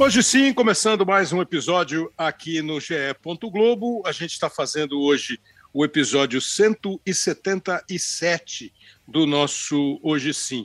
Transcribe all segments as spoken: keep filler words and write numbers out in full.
Hoje sim, começando mais um episódio aqui no G E. Globo. A gente está fazendo hoje o episódio cento e setenta e sete do nosso Hoje Sim.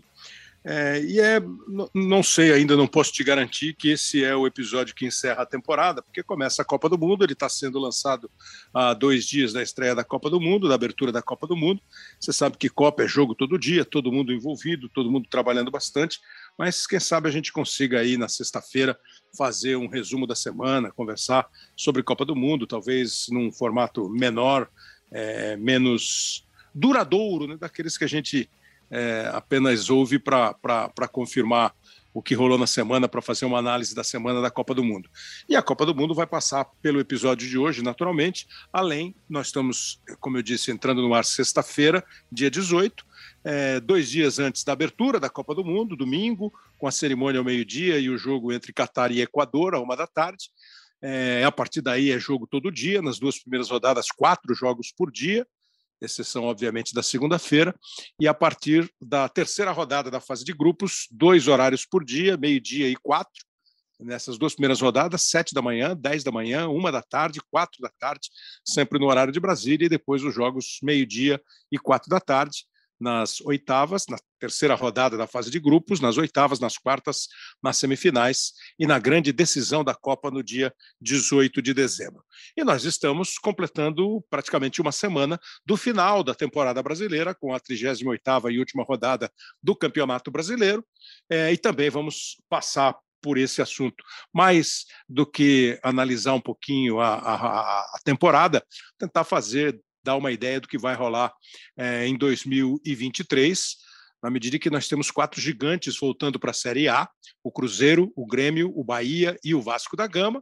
É, e é, não sei ainda, não posso te garantir que esse é o episódio que encerra a temporada, porque começa a Copa do Mundo, ele está sendo lançado há dois dias da estreia da Copa do Mundo, da abertura da Copa do Mundo. Você sabe que Copa é jogo todo dia, todo mundo envolvido, todo mundo trabalhando bastante, mas quem sabe a gente consiga aí na sexta-feira fazer um resumo da semana, conversar sobre Copa do Mundo, talvez num formato menor, é, menos duradouro, né, daqueles que a gente É, apenas ouve para confirmar o que rolou na semana, para fazer uma análise da semana da Copa do Mundo. E a Copa do Mundo vai passar pelo episódio de hoje, naturalmente. Além, nós estamos, como eu disse, entrando no ar sexta-feira, dia dezoito, é, dois dias antes da abertura da Copa do Mundo, domingo, com a cerimônia ao meio-dia e o jogo entre Catar e Equador, à uma da tarde. É, a partir daí é jogo todo dia, nas duas primeiras rodadas, quatro jogos por dia, exceção, obviamente, da segunda-feira, e a partir da terceira rodada da fase de grupos, dois horários por dia, meio-dia e quatro, nessas duas primeiras rodadas, sete da manhã, dez da manhã, uma da tarde, quatro da tarde, sempre no horário de Brasília, e depois os jogos meio-dia e quatro da tarde, nas oitavas, na terceira rodada da fase de grupos, nas oitavas, nas quartas, nas semifinais e na grande decisão da Copa no dia dezoito de dezembro. E nós estamos completando praticamente uma semana do final da temporada brasileira, com a trigésima oitava e última rodada do Campeonato Brasileiro, é, e também vamos passar por esse assunto. Mais do que analisar um pouquinho a, a, a temporada, tentar fazer dar uma ideia do que vai rolar é, em dois mil e vinte e três, na medida que nós temos quatro gigantes voltando para a Série A, o Cruzeiro, o Grêmio, o Bahia e o Vasco da Gama,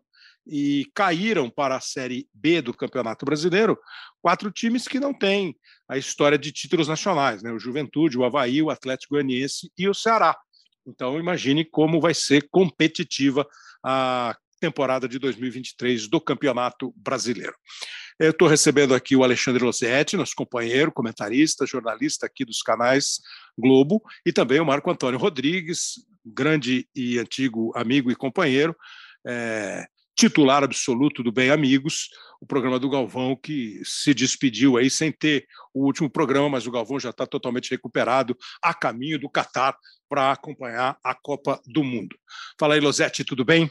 e caíram para a Série B do Campeonato Brasileiro quatro times que não têm a história de títulos nacionais, né? O Juventude, o Avaí, o Atlético Goianiense e o Ceará. Então, imagine como vai ser competitiva a temporada de dois mil e vinte e três do Campeonato Brasileiro. Eu estou recebendo aqui o Alexandre Losetti, nosso companheiro, comentarista, jornalista aqui dos canais Globo, e também o Marco Antônio Rodrigues, grande e antigo amigo e companheiro, é, titular absoluto do Bem Amigos, o programa do Galvão, que se despediu aí sem ter o último programa, mas o Galvão já está totalmente recuperado, a caminho do Catar para acompanhar a Copa do Mundo. Fala aí, Losetti, tudo bem?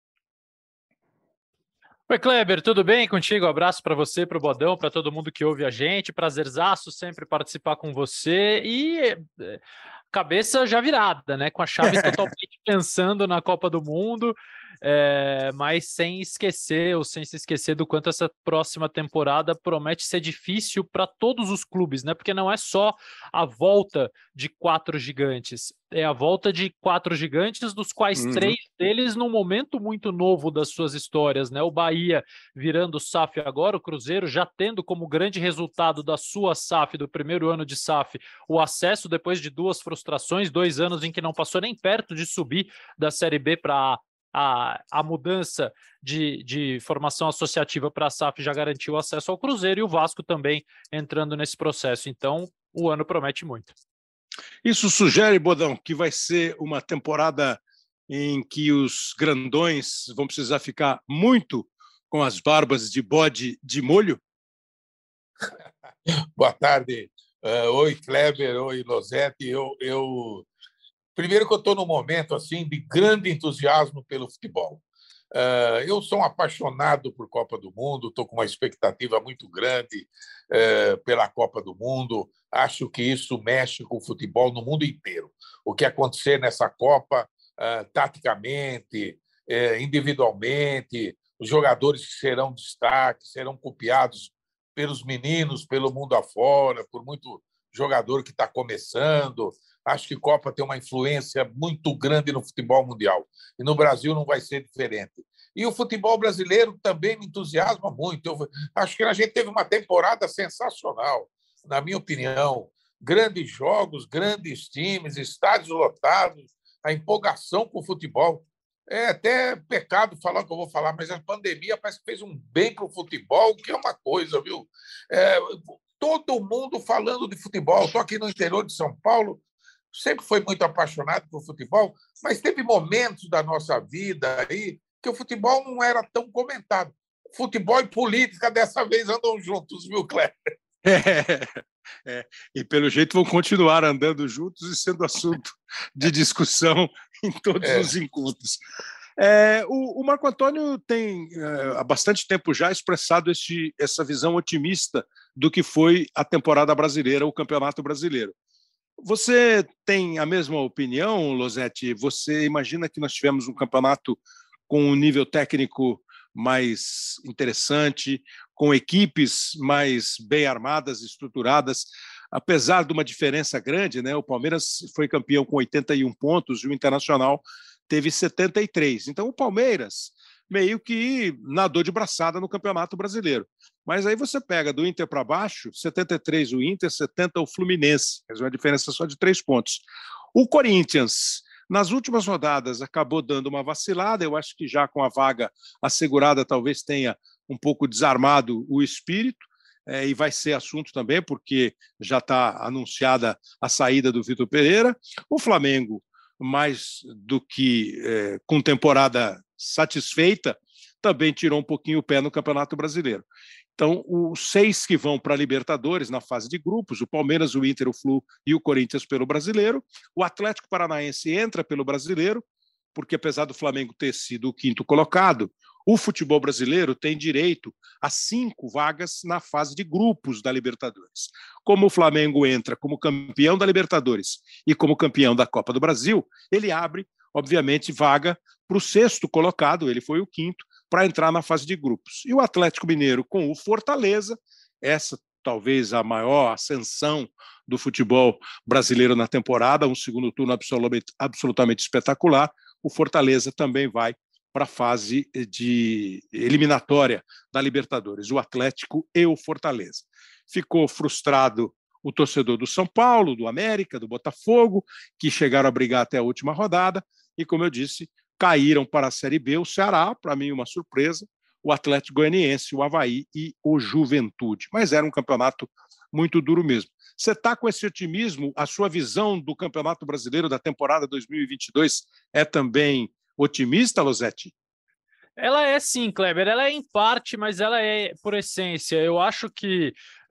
Oi, Kleber, tudo bem contigo? Abraço para você, para o Bodão, para todo mundo que ouve a gente. Prazerzaço sempre participar com você e cabeça já virada, né? Com a chave totalmente pensando na Copa do Mundo, é, mas sem esquecer ou sem se esquecer do quanto essa próxima temporada promete ser difícil para todos os clubes, né? Porque não é só a volta de quatro gigantes, é a volta de quatro gigantes, dos quais uhum. três deles num momento muito novo das suas histórias, né? O Bahia virando S A F agora, o Cruzeiro já tendo como grande resultado da sua S A F, do primeiro ano de S A F, o acesso depois de duas frustrações, dois anos em que não passou nem perto de subir da Série B para a, a mudança de, de formação associativa para a S A F já garantiu acesso ao Cruzeiro, e o Vasco também entrando nesse processo. Então, o ano promete muito. Isso sugere, Bodão, que vai ser uma temporada em que os grandões vão precisar ficar muito com as barbas de bode de molho? Boa tarde. Uh, oi, Kleber. Oi, Losetti. Eu, eu... Primeiro que eu estou num momento assim, de grande entusiasmo pelo futebol. Uh, eu sou um apaixonado por Copa do Mundo, estou com uma expectativa muito grande uh, pela Copa do Mundo. Acho que isso mexe com o futebol no mundo inteiro. O que acontecer nessa Copa, uh, taticamente, uh, individualmente, os jogadores que serão destaque, serão copiados pelos meninos, pelo mundo afora, por muito jogador que está começando. Acho que a Copa tem uma influência muito grande no futebol mundial. E no Brasil não vai ser diferente. E o futebol brasileiro também me entusiasma muito. Eu acho que a gente teve uma temporada sensacional, na minha opinião. Grandes jogos, grandes times, estádios lotados, a empolgação com o futebol. É até pecado falar o que eu vou falar, mas a pandemia parece que fez um bem para o futebol, que é uma coisa, viu? É, todo mundo falando de futebol. Estou aqui no interior de São Paulo, sempre foi muito apaixonado por futebol, mas teve momentos da nossa vida aí que o futebol não era tão comentado. Futebol e política dessa vez andam juntos, viu, Cléber? É, é, e pelo jeito vão continuar andando juntos e sendo assunto de discussão em todos é. os encontros. É, o, o Marco Antônio tem é, há bastante tempo já expressado este, essa visão otimista do que foi a temporada brasileira, o Campeonato Brasileiro. Você tem a mesma opinião, Losetti? Você imagina que nós tivemos um campeonato com um nível técnico mais interessante, com equipes mais bem armadas, estruturadas, apesar de uma diferença grande, né? O Palmeiras foi campeão com oitenta e um pontos e o Internacional teve setenta e três. Então o Palmeiras meio que nadou de braçada no Campeonato Brasileiro. Mas aí você pega do Inter para baixo, setenta e três o Inter, setenta o Fluminense, é uma diferença só de três pontos. O Corinthians, nas últimas rodadas, acabou dando uma vacilada, eu acho que já com a vaga assegurada talvez tenha um pouco desarmado o espírito, é, e vai ser assunto também, porque já está anunciada a saída do Vitor Pereira. O Flamengo, mais do que é, com temporada satisfeita, também tirou um pouquinho o pé no Campeonato Brasileiro. Então, os seis que vão para a Libertadores na fase de grupos, o Palmeiras, o Inter, o Flu e o Corinthians pelo Brasileiro. O Atlético Paranaense entra pelo Brasileiro, porque apesar do Flamengo ter sido o quinto colocado, o futebol brasileiro tem direito a cinco vagas na fase de grupos da Libertadores. Como o Flamengo entra como campeão da Libertadores e como campeão da Copa do Brasil, ele abre, obviamente, vaga para o sexto colocado, ele foi o quinto, para entrar na fase de grupos. E o Atlético Mineiro com o Fortaleza, essa talvez a maior ascensão do futebol brasileiro na temporada, um segundo turno absolutamente, absolutamente espetacular, o Fortaleza também vai para a fase de eliminatória da Libertadores, o Atlético e o Fortaleza. Ficou frustrado o torcedor do São Paulo, do América, do Botafogo, que chegaram a brigar até a última rodada, e, como eu disse, caíram para a Série B o Ceará, para mim uma surpresa, o Atlético Goianiense, o Avaí e o Juventude. Mas era um campeonato muito duro mesmo. Você está com esse otimismo? A sua visão do Campeonato Brasileiro da temporada dois mil e vinte e dois é também otimista, Losetti? Ela é sim, Kleber, ela é em parte, mas ela é por essência. Eu acho que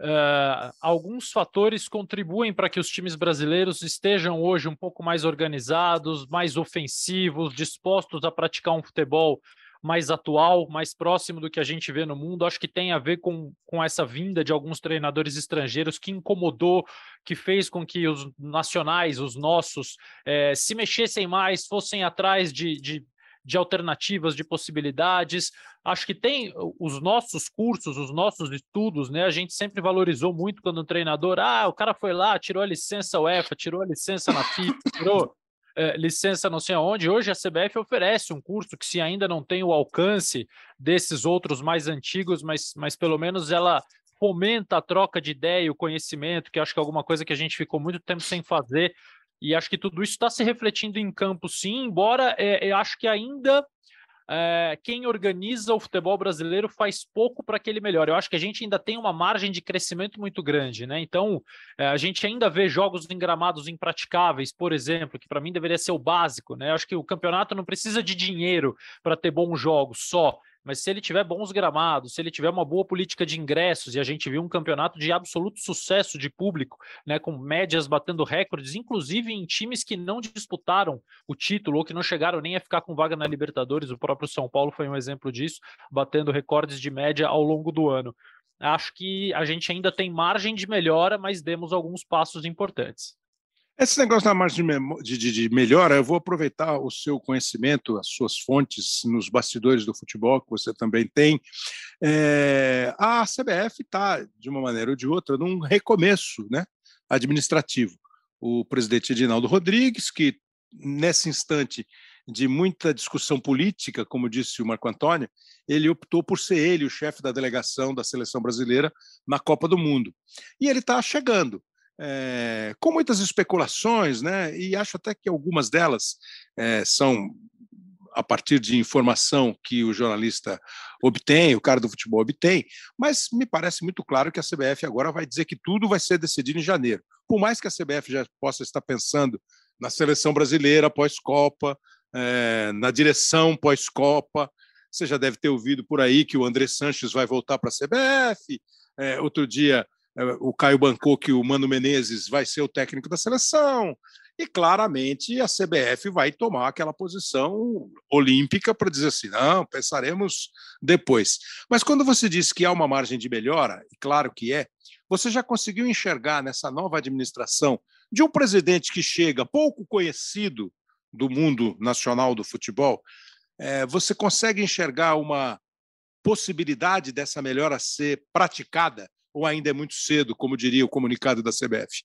uh, alguns fatores contribuem para que os times brasileiros estejam hoje um pouco mais organizados, mais ofensivos, dispostos a praticar um futebol mais atual, mais próximo do que a gente vê no mundo. Acho que tem a ver com, com essa vinda de alguns treinadores estrangeiros que incomodou, que fez com que os nacionais, os nossos, eh, se mexessem mais, fossem atrás de... de de alternativas, de possibilidades. Acho que tem os nossos cursos, os nossos estudos, né? A gente sempre valorizou muito quando um treinador, ah, o cara foi lá, tirou a licença UEFA, tirou a licença na FIFA, tirou é, licença não sei aonde. Hoje a C B F oferece um curso que, se ainda não tem o alcance desses outros mais antigos, mas, mas pelo menos ela fomenta a troca de ideia e o conhecimento, que acho que é alguma coisa que a gente ficou muito tempo sem fazer. E acho que tudo isso está se refletindo em campo, sim, embora é, eu acho que ainda é, quem organiza o futebol brasileiro faz pouco para que ele melhore. Eu acho que a gente ainda tem uma margem de crescimento muito grande, né? Então, é, a gente ainda vê jogos em gramados impraticáveis, por exemplo, que para mim deveria ser o básico, né? Eu acho que o campeonato não precisa de dinheiro para ter bons jogos só. Mas se ele tiver bons gramados, se ele tiver uma boa política de ingressos, e a gente viu um campeonato de absoluto sucesso de público, né, com médias batendo recordes, inclusive em times que não disputaram o título ou que não chegaram nem a ficar com vaga na Libertadores, o próprio São Paulo foi um exemplo disso, batendo recordes de média ao longo do ano. Acho que a gente ainda tem margem de melhora, mas demos alguns passos importantes. Esse negócio da margem de, de, de melhora, eu vou aproveitar o seu conhecimento, as suas fontes nos bastidores do futebol, que você também tem. É, a C B F está, de uma maneira ou de outra, num recomeço, né, administrativo. O presidente Edinaldo Rodrigues, que nesse instante de muita discussão política, como disse o Marco Antônio, ele optou por ser ele o chefe da delegação da seleção brasileira na Copa do Mundo. E ele está chegando. É, com muitas especulações, né? E acho até que algumas delas é, são a partir de informação que o jornalista obtém, o cara do futebol obtém, mas me parece muito claro que a C B F agora vai dizer que tudo vai ser decidido em janeiro. Por mais que a C B F já possa estar pensando na seleção brasileira pós-Copa, é, na direção pós-Copa. Você já deve ter ouvido por aí que o André Sanches vai voltar para a C B F. É, outro dia, é, o Caio bancou que o Mano Menezes vai ser o técnico da seleção. E, claramente, a C B F vai tomar aquela posição olímpica para dizer assim, não, pensaremos depois. Mas quando você diz que há uma margem de melhora, e claro que é, você já conseguiu enxergar nessa nova administração de um presidente que chega pouco conhecido do mundo nacional do futebol, é, você consegue enxergar uma possibilidade dessa melhora ser praticada ou ainda é muito cedo, como diria o comunicado da C B F?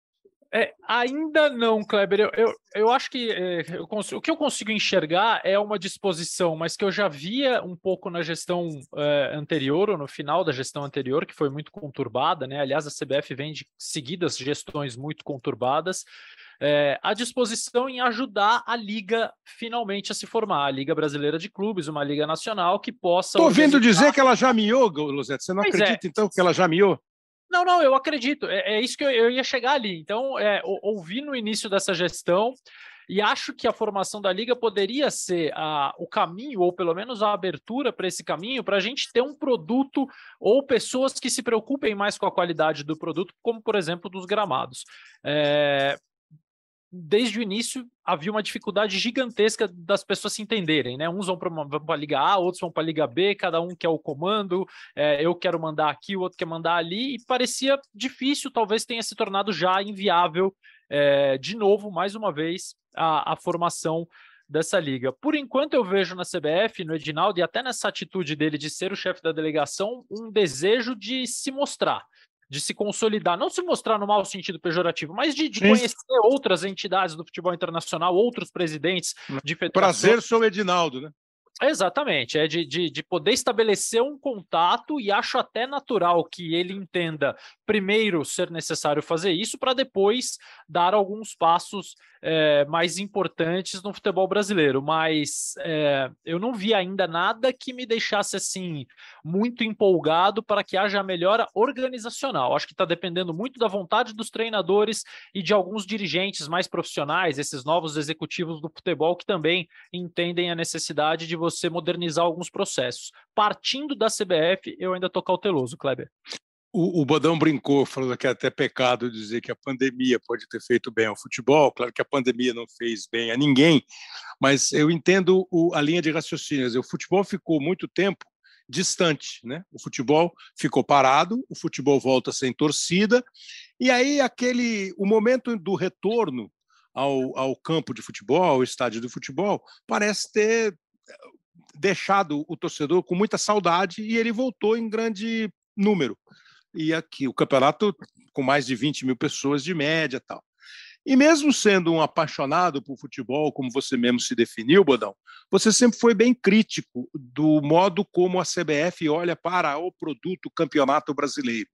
É, ainda não, Kleber. Eu, eu, eu acho que é, eu consigo, o que eu consigo enxergar é uma disposição, mas que eu já via um pouco na gestão é, anterior, ou no final da gestão anterior, que foi muito conturbada, né? Aliás, a C B F vem de seguidas gestões muito conturbadas. É, a disposição em ajudar a Liga finalmente a se formar, a Liga Brasileira de Clubes, uma Liga Nacional que possa... Estou ouvindo dizer que ela já miou, Losete. Você não Pois acredita, é. então, que ela já miou? Não, não, eu acredito. É, é isso que eu, eu ia chegar ali. Então, é, ouvi no início dessa gestão e acho que a formação da Liga poderia ser a, o caminho, ou pelo menos a abertura para esse caminho, para a gente ter um produto ou pessoas que se preocupem mais com a qualidade do produto, como, por exemplo, dos gramados. É... Desde o início havia uma dificuldade gigantesca das pessoas se entenderem, né? Uns vão para a Liga A, outros vão para a Liga B, cada um quer o comando, é, eu quero mandar aqui, o outro quer mandar ali, e parecia difícil, talvez tenha se tornado já inviável, é, de novo, mais uma vez, a, a formação dessa liga. Por enquanto eu vejo na C B F, no Edinaldo, e até nessa atitude dele de ser o chefe da delegação, um desejo de se mostrar, de se consolidar, não se mostrar no mau sentido pejorativo, mas de, de conhecer outras entidades do futebol internacional, outros presidentes de federação. Prazer, sou o Edinaldo, né? Exatamente, é de, de, de poder estabelecer um contato, e acho até natural que ele entenda primeiro ser necessário fazer isso para depois dar alguns passos é, mais importantes no futebol brasileiro, mas é, eu não vi ainda nada que me deixasse assim muito empolgado para que haja melhora organizacional. Acho que está dependendo muito da vontade dos treinadores e de alguns dirigentes mais profissionais, esses novos executivos do futebol que também entendem a necessidade de você modernizar alguns processos. Partindo da C B F, eu ainda estou cauteloso, Kleber. O, o Bodão brincou, falando que é até pecado dizer que a pandemia pode ter feito bem ao futebol. Claro que a pandemia não fez bem a ninguém, mas eu entendo o, a linha de raciocínio. O futebol ficou muito tempo distante, né? O futebol ficou parado, o futebol volta sem torcida, e aí aquele, o momento do retorno ao, ao campo de futebol, ao estádio de futebol, parece ter deixado o torcedor com muita saudade, e ele voltou em grande número. E aqui o campeonato com mais de vinte mil pessoas de média e tal. E mesmo sendo um apaixonado por futebol, como você mesmo se definiu, Bodão, você sempre foi bem crítico do modo como a C B F olha para o produto Campeonato Brasileiro.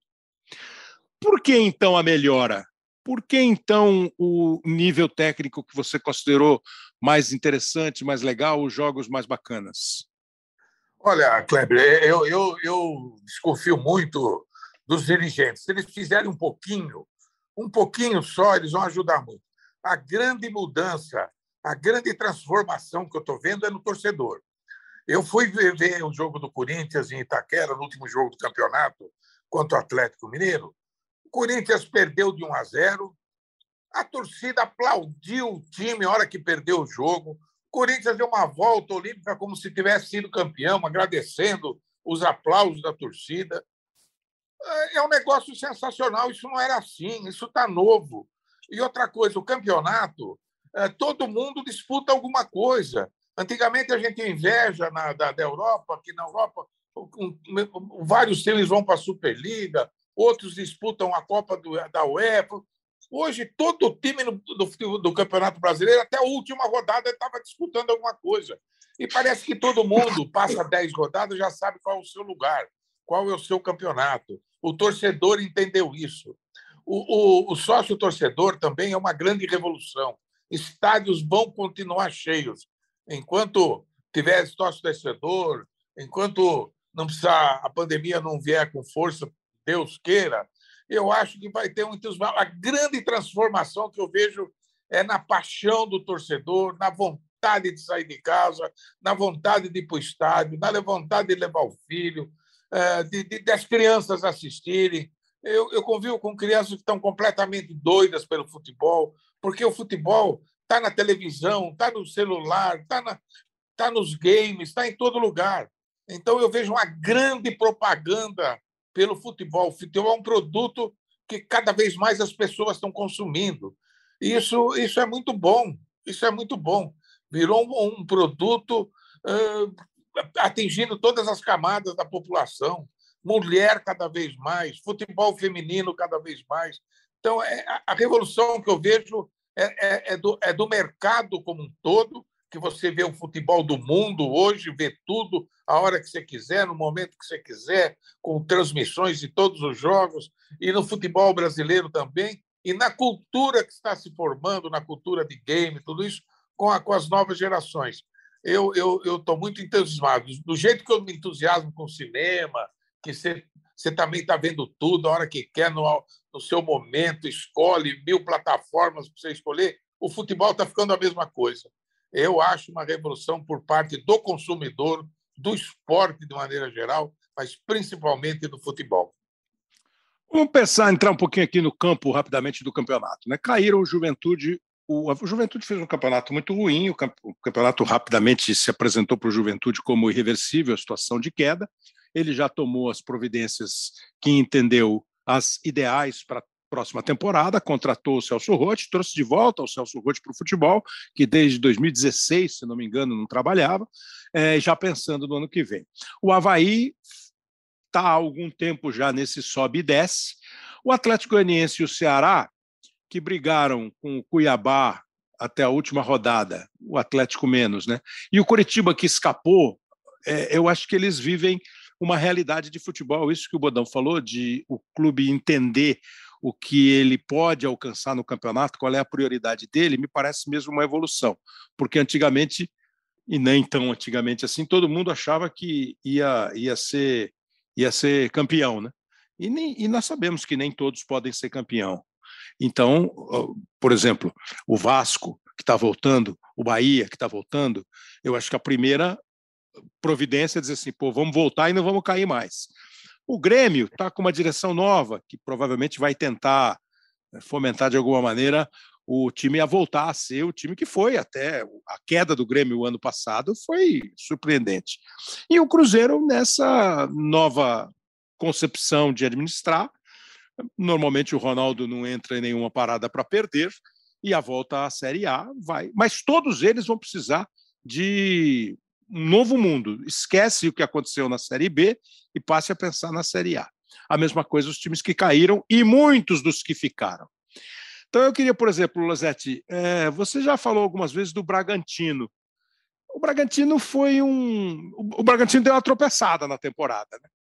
Por que então a melhora? Por que então o nível técnico que você considerou mais interessante, mais legal, os jogos mais bacanas? Olha, Kleber, eu, eu, eu desconfio muito dos dirigentes. Se eles fizerem um pouquinho, um pouquinho só, eles vão ajudar muito. A grande mudança, a grande transformação que eu estou vendo é no torcedor. Eu fui ver o jogo do Corinthians em Itaquera, no último jogo do campeonato, contra o Atlético Mineiro. O Corinthians perdeu de um a zero, a torcida aplaudiu o time na hora que perdeu o jogo. O Corinthians deu uma volta olímpica como se tivesse sido campeão, agradecendo os aplausos da torcida. É um negócio sensacional, isso não era assim, isso está novo. E outra coisa, o campeonato, todo mundo disputa alguma coisa. Antigamente a gente inveja na, da, da Europa, que na Europa um, um, vários times vão para a Superliga, outros disputam a Copa do, da UEFA. Hoje, todo time do, do, do Campeonato Brasileiro, até a última rodada, estava disputando alguma coisa. E parece que todo mundo passa dez rodadas e já sabe qual é o seu lugar, qual é o seu campeonato. O torcedor entendeu isso. O, o, o sócio-torcedor também é uma grande revolução. Estádios vão continuar cheios. Enquanto tiver sócio-torcedor, enquanto não precisar, a pandemia não vier com força, Deus queira, eu acho que vai ter um entusiasmo. A grande transformação que eu vejo é na paixão do torcedor, na vontade de sair de casa, na vontade de ir para o estádio, na vontade de levar o filho, de, de, das crianças assistirem. Eu, eu convivo com crianças que estão completamente doidas pelo futebol, porque o futebol está na televisão, está no celular, está na, tá nos games, está em todo lugar. Então, eu vejo uma grande propaganda pelo futebol. O futebol é um produto que cada vez mais as pessoas estão consumindo. Isso, isso é muito bom. Isso é muito bom. Virou um, um produto uh, atingindo todas as camadas da população. Mulher cada vez mais, futebol feminino cada vez mais. Então, é, a revolução que eu vejo é, é, é, do, é do mercado como um todo, que você vê o futebol do mundo hoje, vê tudo a hora que você quiser, no momento que você quiser, com transmissões de todos os jogos, e no futebol brasileiro também, e na cultura que está se formando, na cultura de game, tudo isso, com, a, com as novas gerações. Eu eu eu estou muito entusiasmado. Do jeito que eu me entusiasmo com o cinema, que você, você também está vendo tudo, a hora que quer, no, no seu momento, escolhe mil plataformas para você escolher, o futebol está ficando a mesma coisa. Eu acho uma revolução por parte do consumidor, do esporte de maneira geral, mas principalmente do futebol. Vamos pensar, entrar um pouquinho aqui no campo, rapidamente, do campeonato. Né? Caíram o Juventude. O, o Juventude fez um campeonato muito ruim, o, camp, o campeonato rapidamente se apresentou para o Juventude como irreversível, a situação de queda. Ele já tomou as providências que entendeu as ideais para a próxima temporada, contratou o Celso Roth, trouxe de volta o Celso Roth para o futebol, que desde dois mil e dezesseis, se não me engano, não trabalhava, é, já pensando no ano que vem. O Avaí está há algum tempo já nesse sobe e desce. O Atlético Goianiense e o Ceará, que brigaram com o Cuiabá até a última rodada, o Atlético menos, né? E o Coritiba, que escapou, é, eu acho que eles vivem uma realidade de futebol, isso que o Bodão falou, de o clube entender o que ele pode alcançar no campeonato, qual é a prioridade dele, me parece mesmo uma evolução, porque antigamente, e nem tão antigamente assim, todo mundo achava que ia, ia, ser, ia ser campeão, né? E, nem, e nós sabemos que nem todos podem ser campeão. Então, por exemplo, o Vasco, que está voltando, o Bahia, que está voltando, eu acho que a primeira providência é dizer assim, pô, vamos voltar e não vamos cair mais. O Grêmio está com uma direção nova, que provavelmente vai tentar fomentar de alguma maneira o time a voltar a ser o time que foi até a queda do Grêmio o ano passado foi surpreendente. E o Cruzeiro, nessa nova concepção de administrar, normalmente o Ronaldo não entra em nenhuma parada para perder e a volta à Série A vai. Mas todos eles vão precisar de um novo mundo. Esquece o que aconteceu na Série B e passe a pensar na Série A. A mesma coisa os times que caíram e muitos dos que ficaram. Então eu queria, por exemplo, Losetti, é, você já falou algumas vezes do Bragantino. O Bragantino foi um... O Bragantino deu uma tropeçada na temporada, né?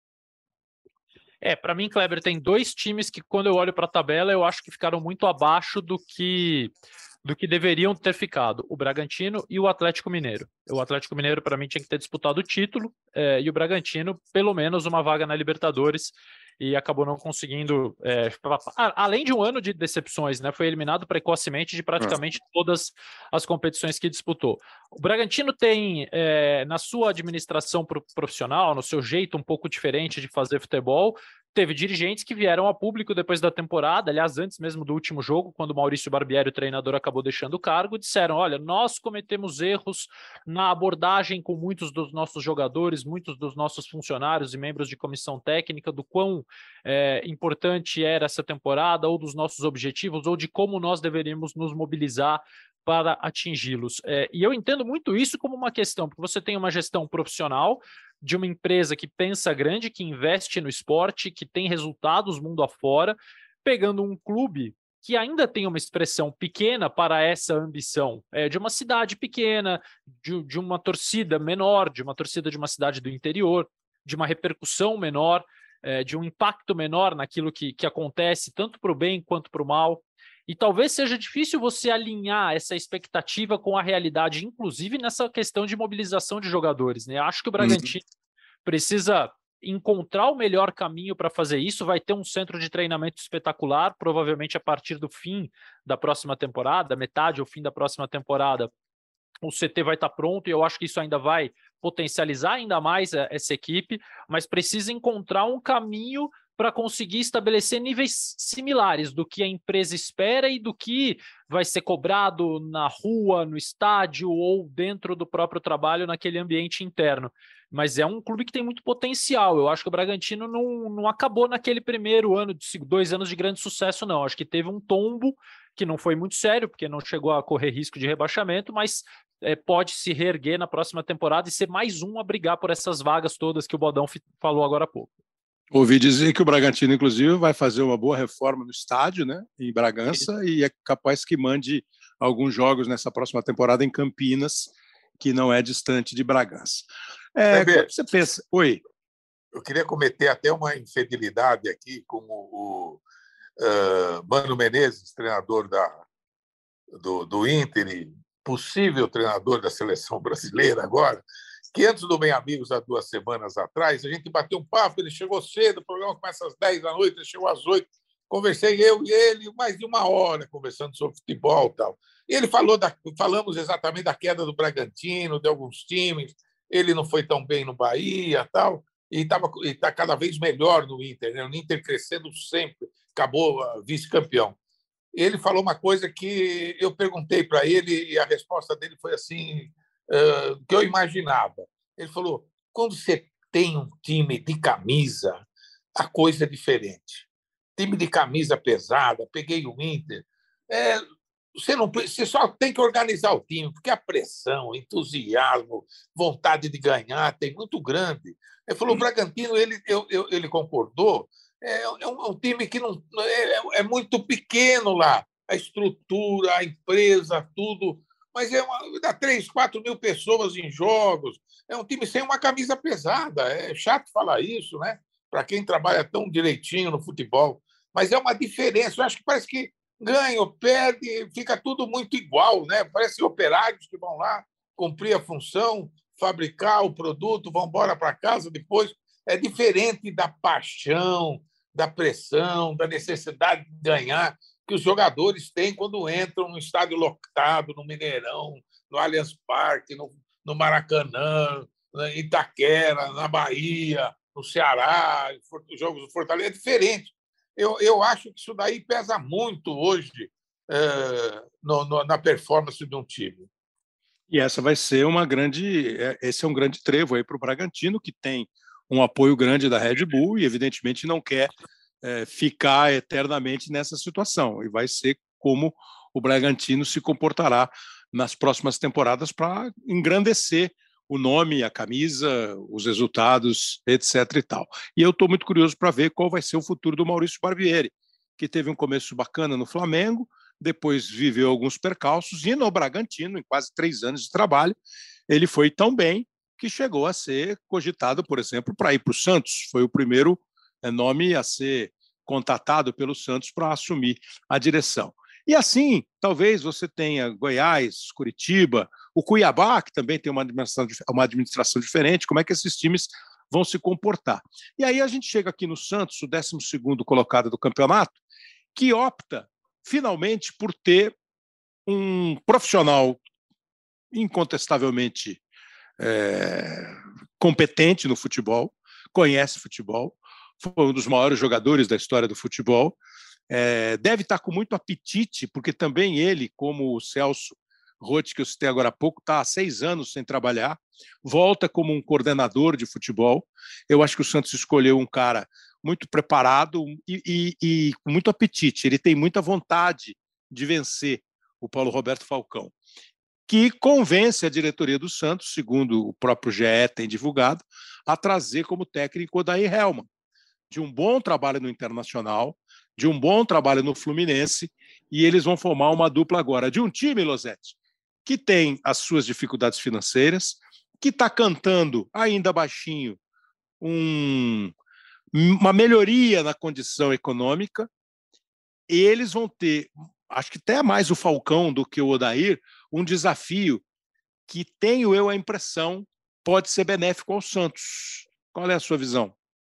É, para mim, Kleber, tem dois times que, quando eu olho para a tabela, eu acho que ficaram muito abaixo do que, do que deveriam ter ficado. O Bragantino e o Atlético Mineiro. O Atlético Mineiro, para mim, tinha que ter disputado o título, é, e o Bragantino, pelo menos, uma vaga na Libertadores, e acabou não conseguindo, é, além de um ano de decepções, né, foi eliminado precocemente de praticamente todas as competições que disputou. O Bragantino tem, é, na sua administração profissional, no seu jeito um pouco diferente de fazer futebol, teve dirigentes que vieram a público depois da temporada, aliás, antes mesmo do último jogo, quando o Maurício Barbieri, o treinador, acabou deixando o cargo, disseram, olha, nós cometemos erros na abordagem com muitos dos nossos jogadores, muitos dos nossos funcionários e membros de comissão técnica, do quão é, importante era essa temporada, ou dos nossos objetivos, ou de como nós deveríamos nos mobilizar para atingi-los. É, e eu entendo muito isso como uma questão, porque você tem uma gestão profissional de uma empresa que pensa grande, que investe no esporte, que tem resultados mundo afora, pegando um clube que ainda tem uma expressão pequena para essa ambição, é, de uma cidade pequena, de, de uma torcida menor, de uma torcida de uma cidade do interior, de uma repercussão menor, é, de um impacto menor naquilo que, que acontece, tanto para o bem quanto para o mal. E talvez seja difícil você alinhar essa expectativa com a realidade, inclusive nessa questão de mobilização de jogadores, né? Acho que o Bragantino uhum. precisa encontrar o melhor caminho para fazer isso. Vai ter um centro de treinamento espetacular, provavelmente a partir do fim da próxima temporada, metade ou fim da próxima temporada, o C T vai estar pronto, e eu acho que isso ainda vai potencializar ainda mais essa equipe, mas precisa encontrar um caminho para conseguir estabelecer níveis similares do que a empresa espera e do que vai ser cobrado na rua, no estádio ou dentro do próprio trabalho, naquele ambiente interno. Mas é um clube que tem muito potencial. Eu acho que o Bragantino não, não acabou naquele primeiro ano, de dois anos de grande sucesso, não. Acho que teve um tombo que não foi muito sério, porque não chegou a correr risco de rebaixamento, mas é, pode se reerguer na próxima temporada e ser mais um a brigar por essas vagas todas que o Bodão falou agora há pouco. Ouvi dizer que o Bragantino, inclusive, vai fazer uma boa reforma no estádio, né, em Bragança, e é capaz que mande alguns jogos nessa próxima temporada em Campinas, que não é distante de Bragança. É, Kleber, você pensa... Oi. Eu queria cometer até uma infidelidade aqui, como o uh, Mano Menezes, treinador da, do, do Inter, e possível treinador da seleção brasileira agora, que antes do Bem Amigos, há duas semanas atrás, a gente bateu um papo, ele chegou cedo, o programa começa às dez da noite, ele chegou às oito, conversei eu e ele mais de uma hora conversando sobre futebol e tal. E ele falou da, falamos exatamente da queda do Bragantino, de alguns times, ele não foi tão bem no Bahia tal, e está cada vez melhor no Inter, né? O Inter crescendo sempre, acabou vice-campeão. Ele falou uma coisa que eu perguntei para ele e a resposta dele foi assim, uh, que eu imaginava. Ele falou, quando você tem um time de camisa, a coisa é diferente. Time de camisa pesada, peguei o Inter, é, você, não, você só tem que organizar o time, porque a pressão, entusiasmo, vontade de ganhar tem muito grande. Ele falou, o Bragantino, ele, eu, eu, ele concordou, é, é, um, é um time que não, é, é muito pequeno lá, a estrutura, a empresa, tudo, mas é uma, dá três, quatro mil pessoas em jogos, é um time sem uma camisa pesada, é chato falar isso, né? Para quem trabalha tão direitinho no futebol, mas é uma diferença, eu acho que parece que ganha ou perde, fica tudo muito igual, né? Parece operários que vão lá cumprir a função, fabricar o produto, vão embora para casa depois. É diferente da paixão, da pressão, da necessidade de ganhar que os jogadores têm quando entram no estádio lotado, no Mineirão, no Allianz Parque, no, no Maracanã, em Itaquera, na Bahia, no Ceará, os jogos do Fortaleza. É diferente. Eu, eu acho que isso daí pesa muito hoje é, no, no, na performance de um time. E essa vai ser uma grande... Esse é um grande trevo aí para o Bragantino, que tem um apoio grande da Red Bull e, evidentemente, não quer é, ficar eternamente nessa situação. E vai ser como o Bragantino se comportará nas próximas temporadas para engrandecer o nome, a camisa, os resultados, etc e tal. E eu estou muito curioso para ver qual vai ser o futuro do Maurício Barbieri, que teve um começo bacana no Flamengo, depois viveu alguns percalços, e no Bragantino, em quase três anos de trabalho, ele foi tão bem que chegou a ser cogitado, por exemplo, para ir para o Santos. Foi o primeiro nome a ser contatado pelo Santos para assumir a direção. E assim, talvez você tenha Goiás, Curitiba, o Cuiabá, que também tem uma administração, uma administração diferente, como é que esses times vão se comportar. E aí a gente chega aqui no Santos, o décimo segundo colocado do campeonato, que opta, finalmente, por ter um profissional incontestavelmente é, competente no futebol, conhece futebol, foi um dos maiores jogadores da história do futebol, É, deve estar com muito apetite, porque também ele, como o Celso Roth, que eu citei agora há pouco, está há seis anos sem trabalhar, volta como um coordenador de futebol. Eu acho que o Santos escolheu um cara muito preparado e, e, e com muito apetite. Ele tem muita vontade de vencer o Paulo Roberto Falcão, que convence a diretoria do Santos, segundo o próprio G E tem divulgado, a trazer como técnico o Odair Hellmann, de um bom trabalho no Internacional, de um bom trabalho no Fluminense, e eles vão formar uma dupla agora de um time, Losetti, que tem as suas dificuldades financeiras, que está cantando ainda baixinho um, uma melhoria na condição econômica, e eles vão ter, acho que até mais o Falcão do que o Odair, um desafio que tenho eu a impressão pode ser benéfico ao Santos. Qual é a sua visão?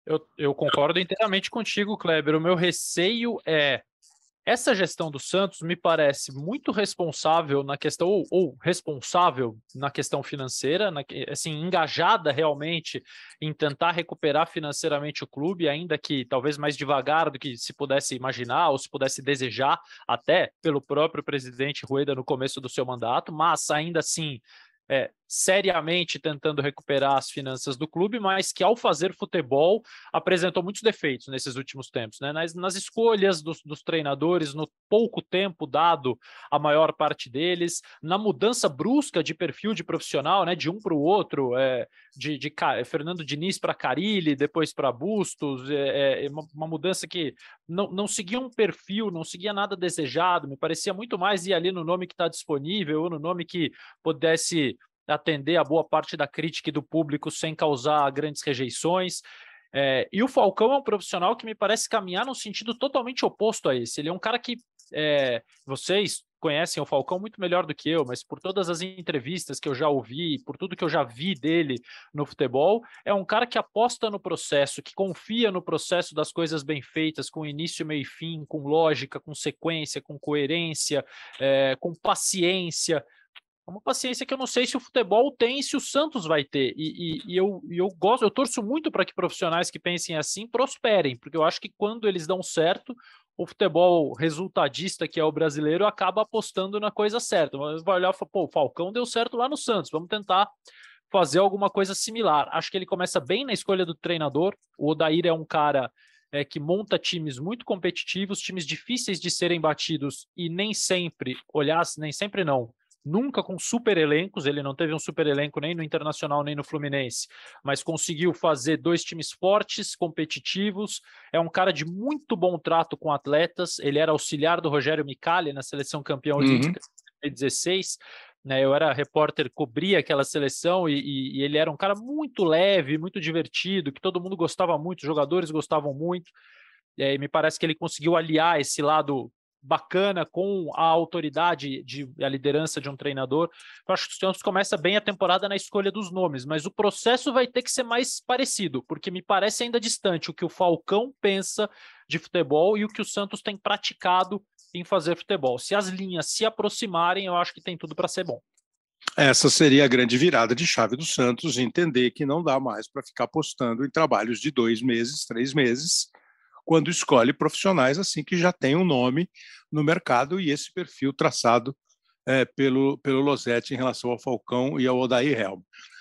Eu, eu concordo inteiramente contigo, Kleber. O meu receio é essa gestão do Santos me parece muito responsável na questão, ou, ou responsável na questão financeira, na, assim, engajada realmente em tentar recuperar financeiramente o clube, ainda que talvez mais devagar do que se pudesse imaginar ou se pudesse desejar, até pelo próprio presidente Rueda no começo do seu mandato, mas ainda assim é, seriamente tentando recuperar as finanças do clube, mas que ao fazer futebol apresentou muitos defeitos nesses últimos tempos, né? Nas, nas escolhas dos, dos treinadores, no pouco tempo dado a maior parte deles, na mudança brusca de perfil de profissional, né? De um para o outro, é, de, de Fernando Diniz para Carille, depois para Bustos, é, é uma, uma mudança que não, não seguia um perfil, não seguia nada desejado, me parecia muito mais ir ali no nome que está disponível, ou no nome que pudesse atender a boa parte da crítica e do público sem causar grandes rejeições. É, e o Falcão é um profissional que me parece caminhar num sentido totalmente oposto a esse. Ele é um cara que é, vocês conhecem o Falcão muito melhor do que eu, mas por todas as entrevistas que eu já ouvi, por tudo que eu já vi dele no futebol, é um cara que aposta no processo, que confia no processo das coisas bem feitas, com início, meio e fim, com lógica, com sequência, com coerência, é, com paciência. Uma paciência que eu não sei se o futebol tem e se o Santos vai ter. E, e, e eu, e eu gosto, eu torço muito para que profissionais que pensem assim prosperem, porque eu acho que quando eles dão certo, o futebol resultadista, que é o brasileiro, acaba apostando na coisa certa. Mas vai olhar e falar, pô, o Falcão deu certo lá no Santos, vamos tentar fazer alguma coisa similar. Acho que ele começa bem na escolha do treinador. O Odair é um cara é, que monta times muito competitivos, times difíceis de serem batidos e nem sempre, olhar, nem sempre não, nunca com super elencos, ele não teve um super elenco nem no Internacional nem no Fluminense, mas conseguiu fazer dois times fortes, competitivos, é um cara de muito bom trato com atletas, ele era auxiliar do Rogério Micali na seleção campeã olímpica de dois mil e dezesseis, né, eu era repórter, cobria aquela seleção e, e, e ele era um cara muito leve, muito divertido, que todo mundo gostava muito, os jogadores gostavam muito, e aí me parece que ele conseguiu aliar esse lado bacana com a autoridade de a liderança de um treinador. Eu acho que o Santos começa bem a temporada na escolha dos nomes, mas o processo vai ter que ser mais parecido, porque me parece ainda distante o que o Falcão pensa de futebol e o que o Santos tem praticado em fazer futebol. Se as linhas se aproximarem, eu acho que tem tudo para ser bom. Essa seria a grande virada de chave do Santos, entender que não dá mais para ficar apostando em trabalhos de dois meses, três meses, quando escolhe profissionais assim que já tem um nome no mercado e esse perfil traçado é, pelo, pelo Losetti em relação ao Falcão e ao Odair Helm.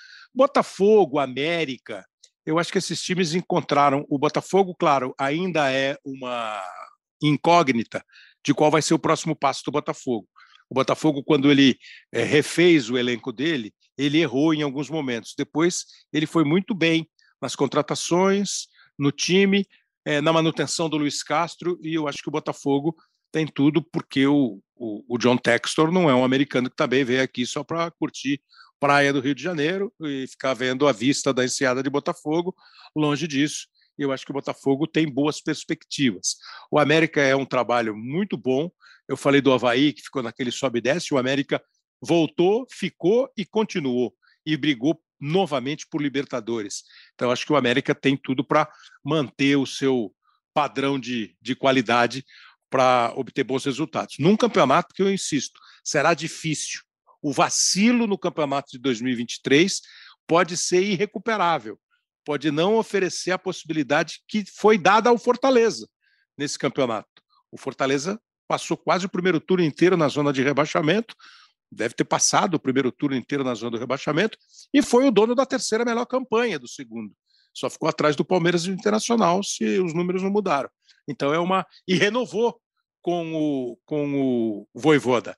Botafogo, América, eu acho que esses times encontraram. O Botafogo, claro, ainda é uma incógnita de qual vai ser o próximo passo do Botafogo. O Botafogo, quando ele é, refez o elenco dele, ele errou em alguns momentos. Depois, ele foi muito bem nas contratações, no time, é, na manutenção do Luiz Castro, e eu acho que o Botafogo tem tudo, porque o, o, o John Textor não é um americano que também veio aqui só para curtir praia do Rio de Janeiro e ficar vendo a vista da enseada de Botafogo. Longe disso, eu acho que o Botafogo tem boas perspectivas. O América é um trabalho muito bom. Eu falei do Avaí, que ficou naquele sobe e desce, o América voltou, ficou e continuou, e brigou novamente por Libertadores. Então, acho que o América tem tudo para manter o seu padrão de, de qualidade para obter bons resultados. Num campeonato que, eu insisto, será difícil. O vacilo no campeonato de dois mil e vinte e três pode ser irrecuperável, pode não oferecer a possibilidade que foi dada ao Fortaleza nesse campeonato. O Fortaleza passou quase o primeiro turno inteiro na zona de rebaixamento, deve ter passado o primeiro turno inteiro na zona do rebaixamento, e foi o dono da terceira melhor campanha do segundo. Só ficou atrás do Palmeiras e do Internacional, se os números não mudaram. Então é uma... E renovou com o, com o Vojvoda.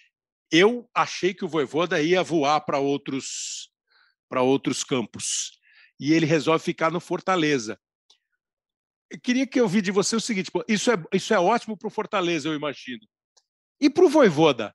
Eu achei que o Vojvoda ia voar para outros, para outros campos, e ele resolve ficar no Fortaleza. Eu queria que eu ouvisse de você o seguinte, pô, isso, é, isso é ótimo para o Fortaleza, eu imagino. E para o Vojvoda?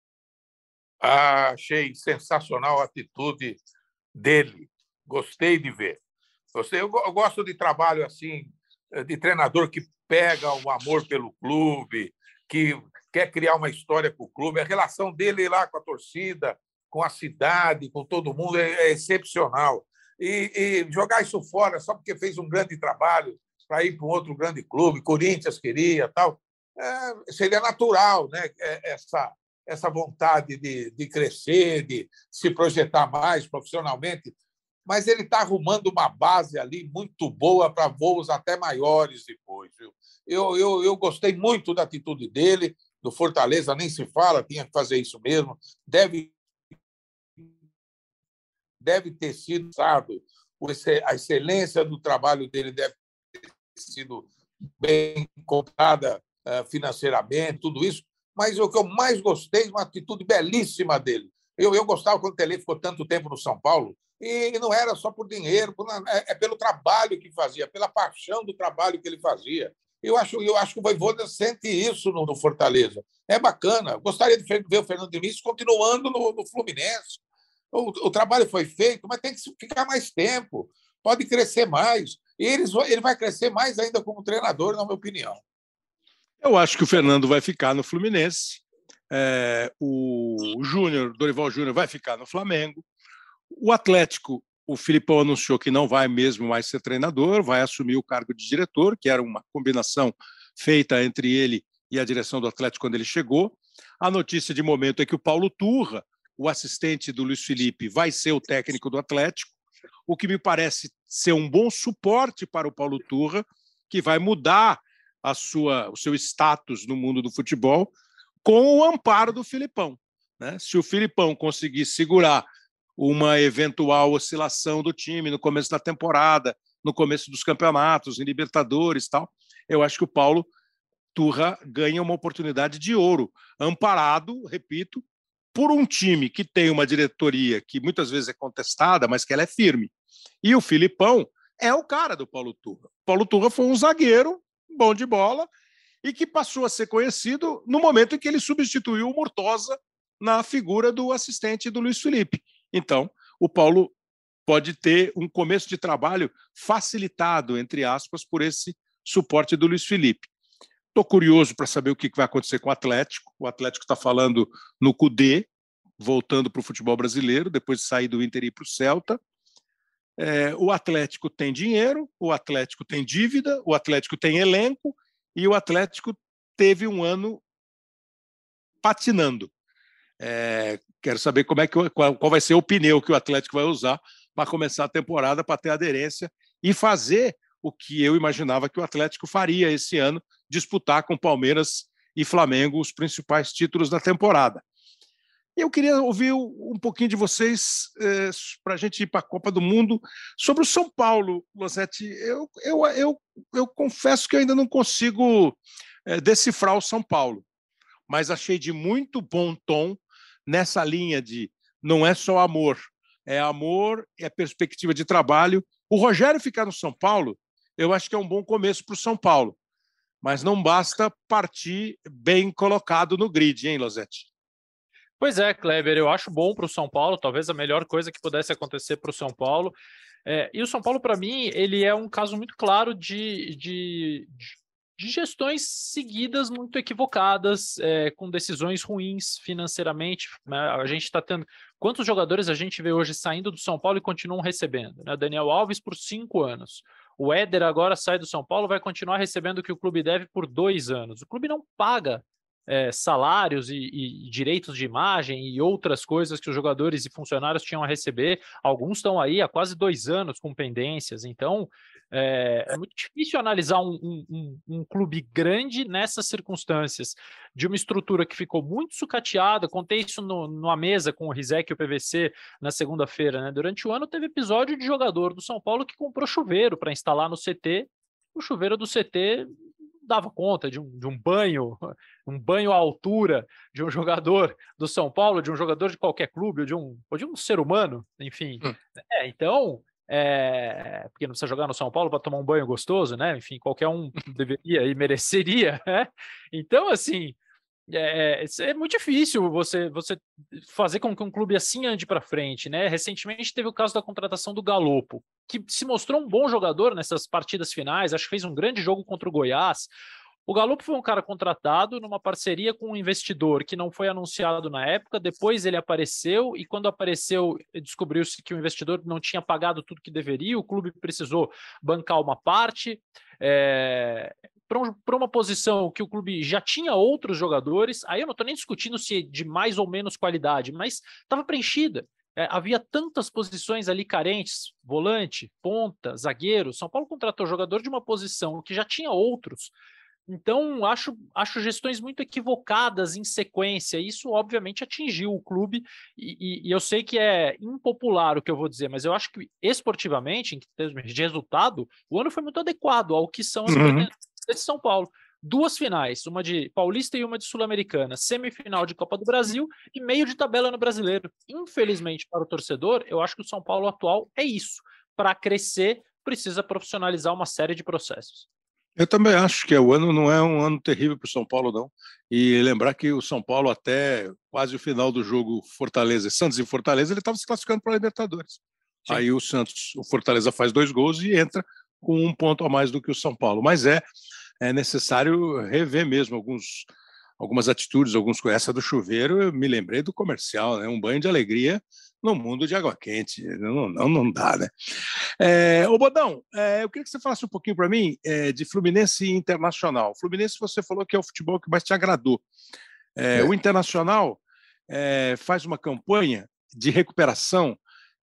Ah, achei sensacional a atitude dele. Gostei de ver. Gostei. Eu gosto de trabalho assim, de treinador que pega o amor pelo clube, que quer criar uma história com o clube. A relação dele lá com a torcida, com a cidade, com todo mundo é, é excepcional. E, e jogar isso fora só porque fez um grande trabalho para ir para um outro grande clube, Corinthians queria, tal, é, seria natural, né? Essa, essa vontade de, de crescer, de se projetar mais profissionalmente, mas ele está arrumando uma base ali muito boa para voos até maiores depois. Viu? Eu, eu, eu gostei muito da atitude dele, do Fortaleza nem se fala, tinha que fazer isso mesmo, deve deve ter sido, sabe, a excelência do trabalho dele deve ter sido bem contada financeiramente, tudo isso, mas o que eu mais gostei, uma atitude belíssima dele. Eu, eu gostava quando o Tele ficou tanto tempo no São Paulo, e não era só por dinheiro, é pelo trabalho que fazia, pela paixão do trabalho que ele fazia. Eu acho, eu acho que o Vojvoda sente isso no, no Fortaleza. É bacana. Gostaria de ver o Fernando Diniz continuando no, no Fluminense. O, o trabalho foi feito, mas tem que ficar mais tempo. Pode crescer mais. E eles, ele vai crescer mais ainda como treinador, na minha opinião. Eu acho que o Fernando vai ficar no Fluminense. É, o Júnior, Dorival Júnior, vai ficar no Flamengo. O Atlético, o Filipão anunciou que não vai mesmo mais ser treinador, vai assumir o cargo de diretor, que era uma combinação feita entre ele e a direção do Atlético quando ele chegou. A notícia de momento é que o Paulo Turra, o assistente do Luiz Felipe, vai ser o técnico do Atlético, o que me parece ser um bom suporte para o Paulo Turra, que vai mudar a sua, o seu status no mundo do futebol com o amparo do Filipão. Né? Se o Filipão conseguir segurar uma eventual oscilação do time no começo da temporada, no começo dos campeonatos, em Libertadores e tal, eu acho que o Paulo Turra ganha uma oportunidade de ouro, amparado, repito, por um time que tem uma diretoria que muitas vezes é contestada, mas que ela é firme. E o Filipão é o cara do Paulo Turra. O Paulo Turra foi um zagueiro bom de bola e que passou a ser conhecido no momento em que ele substituiu o Murtosa na figura do assistente do Luiz Felipe. Então, o Paulo pode ter um começo de trabalho facilitado, entre aspas, por esse suporte do Luiz Felipe. Estou curioso para saber o que vai acontecer com o Atlético. O Atlético está falando no Cudê, voltando para o futebol brasileiro, depois de sair do Inter e ir para o Celta. É, o Atlético tem dinheiro, o Atlético tem dívida, o Atlético tem elenco e o Atlético teve um ano patinando. É, quero saber como é que, qual, qual vai ser o pneu que o Atlético vai usar para começar a temporada, para ter aderência e fazer o que eu imaginava que o Atlético faria esse ano, disputar com Palmeiras e Flamengo os principais títulos da temporada. Eu queria ouvir um pouquinho de vocês eh, para a gente ir para a Copa do Mundo sobre o São Paulo, Losetti. Eu, eu, eu, eu confesso que eu ainda não consigo eh, decifrar o São Paulo, mas achei de muito bom tom nessa linha de não é só amor, é amor, é perspectiva de trabalho. O Rogério ficar no São Paulo, eu acho que é um bom começo para o São Paulo, mas não basta partir bem colocado no grid, hein, Losetti? Pois é, Kleber, eu acho bom para o São Paulo, talvez a melhor coisa que pudesse acontecer para o São Paulo. É, e o São Paulo, para mim, ele é um caso muito claro de, de, de gestões seguidas muito equivocadas, é, com decisões ruins financeiramente. Né? A gente está tendo... Quantos jogadores a gente vê hoje saindo do São Paulo e continuam recebendo? Né? Daniel Alves por cinco anos. O Éder agora sai do São Paulo, vai continuar recebendo o que o clube deve por dois anos. O clube não paga É, salários e, e direitos de imagem e outras coisas que os jogadores e funcionários tinham a receber. Alguns estão aí há quase dois anos com pendências. Então, é, é muito difícil analisar um, um, um, um clube grande nessas circunstâncias, de uma estrutura que ficou muito sucateada. Contei isso no, numa mesa com o Rizek e o P V C na segunda-feira. Né? Durante o ano teve episódio de jogador do São Paulo que comprou chuveiro para instalar no C T. O chuveiro do C T dava conta de um, de um banho, um banho à altura de um jogador do São Paulo, de um jogador de qualquer clube, ou de um, ou de um ser humano, enfim. Hum. É, então, é, porque não precisa jogar no São Paulo para tomar um banho gostoso, né? Enfim, qualquer um deveria e mereceria, né? Então, assim, é, é muito difícil você, você fazer com que um clube assim ande para frente, né? Recentemente teve o caso da contratação do Galopo, que se mostrou um bom jogador nessas partidas finais, acho que fez um grande jogo contra o Goiás. O Galuppo foi um cara contratado numa parceria com um investidor que não foi anunciado na época, depois ele apareceu e quando apareceu descobriu-se que o investidor não tinha pagado tudo que deveria, o clube precisou bancar uma parte, é, para um, para uma posição que o clube já tinha outros jogadores, aí eu não estou nem discutindo se de mais ou menos qualidade, mas estava preenchida. É, havia tantas posições ali carentes, volante, ponta, zagueiro, São Paulo contratou jogador de uma posição que já tinha outros. Então, acho, acho gestões muito equivocadas em sequência. Isso, obviamente, atingiu o clube, e, e, e eu sei que é impopular o que eu vou dizer, mas eu acho que, esportivamente, em termos de resultado, o ano foi muito adequado ao que são as Uhum. pretensões de São Paulo. Duas finais, uma de Paulista e uma de Sul-Americana, semifinal de Copa do Brasil e meio de tabela no Brasileiro. Infelizmente, para o torcedor, eu acho que o São Paulo atual é isso. Para crescer, precisa profissionalizar uma série de processos. Eu também acho que o ano não é um ano terrível para o São Paulo, não. E lembrar que o São Paulo, até quase o final do jogo Fortaleza, Santos e Fortaleza, ele estava se classificando para a Libertadores. Sim. Aí o Santos, o Fortaleza faz dois gols e entra com um ponto a mais do que o São Paulo. Mas é, é necessário rever mesmo alguns, algumas atitudes, alguns essa do chuveiro. Eu me lembrei do Comercial, né? Um banho de alegria no mundo de água quente. Não, não, não dá, né? É, ô Bodão, é, eu queria que você falasse um pouquinho para mim é, de Fluminense e Internacional. Fluminense, você falou que é o futebol que mais te agradou. É, é. O Internacional é, faz uma campanha de recuperação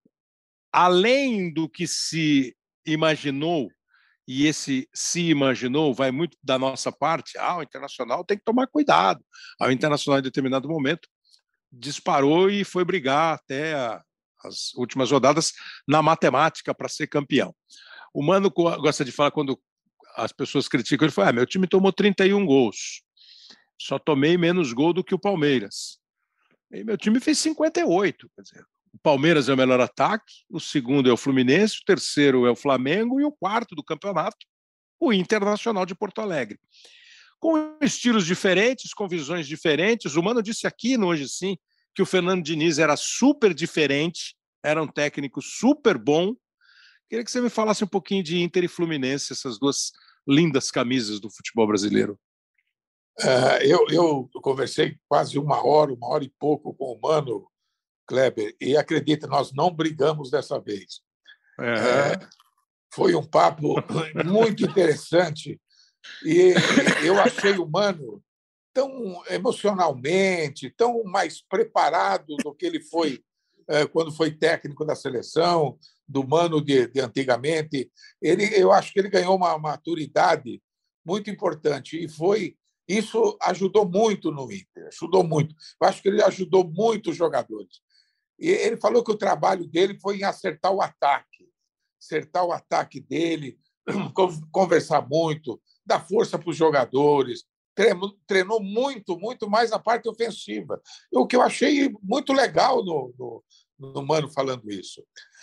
além do que se imaginou, e esse se imaginou vai muito da nossa parte. Ah, o Internacional tem que tomar cuidado. Ah, o Internacional, em determinado momento, disparou e foi brigar até a, as últimas rodadas na matemática para ser campeão. O Mano gosta de falar, quando as pessoas criticam, ele fala, ah, meu time tomou trinta e um gols, só tomei menos gol do que o Palmeiras. E meu time fez cinquenta e oito, quer dizer, o Palmeiras é o melhor ataque, o segundo é o Fluminense, o terceiro é o Flamengo e o quarto do campeonato, o Internacional de Porto Alegre. Com estilos diferentes, com visões diferentes. O Mano disse aqui no Hoje Sim que o Fernando Diniz era super diferente, era um técnico super bom. Queria que você me falasse um pouquinho de Inter e Fluminense, essas duas lindas camisas do futebol brasileiro. Uh, eu, eu conversei quase uma hora, uma hora e pouco com o Mano, Kleber, e acredita, nós não brigamos dessa vez. Uhum. É, foi um papo muito interessante. E eu achei o Mano tão emocionalmente, tão mais preparado do que ele foi eh, quando foi técnico da seleção, do Mano de, de antigamente. Ele, eu acho que ele ganhou uma maturidade muito importante e foi isso ajudou muito no Inter, ajudou muito. Eu acho que ele ajudou muito os jogadores. E ele falou que o trabalho dele foi em acertar o ataque, acertar o ataque dele, conversar muito, dar força para os jogadores, treinou, treinou muito, muito mais a parte ofensiva. O que eu achei muito legal no, no, no Mano falando isso.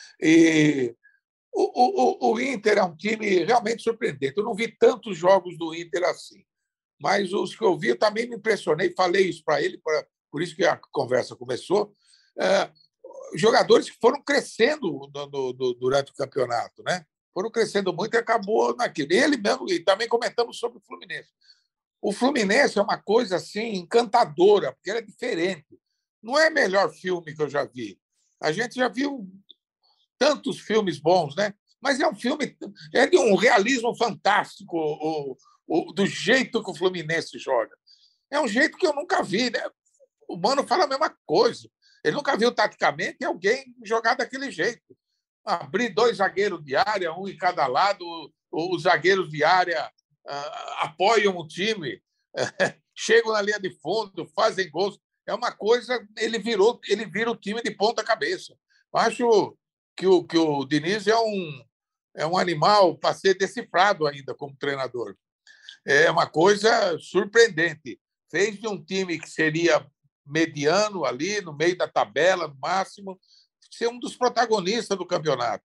E o, o, o Inter é um time realmente surpreendente. Eu não vi tantos jogos do Inter assim, mas os que eu vi eu também me impressionei, falei isso para ele, pra, por isso que a conversa começou. É, jogadores que foram crescendo no, no, no, durante o campeonato, né? Foram crescendo muito e acabou naquilo. Ele mesmo, e também comentamos sobre o Fluminense. O Fluminense é uma coisa assim encantadora, porque ele é diferente. Não é o melhor filme que eu já vi. A gente já viu tantos filmes bons, né? Mas é um filme, é de um realismo fantástico, o, o, do jeito que o Fluminense joga. É um jeito que eu nunca vi, né? O Mano fala a mesma coisa. Ele nunca viu taticamente alguém jogar daquele jeito. Abrir dois zagueiros de área, um em cada lado, os zagueiros de área uh, apoiam o time, uh, chegam na linha de fundo, fazem gols. É uma coisa, ele virou, ele vira o time de ponta cabeça. Acho que o, que o Diniz é um, é um animal para ser decifrado ainda como treinador. É uma coisa surpreendente. Fez de um time que seria mediano ali, no meio da tabela, no máximo, ser um dos protagonistas do campeonato.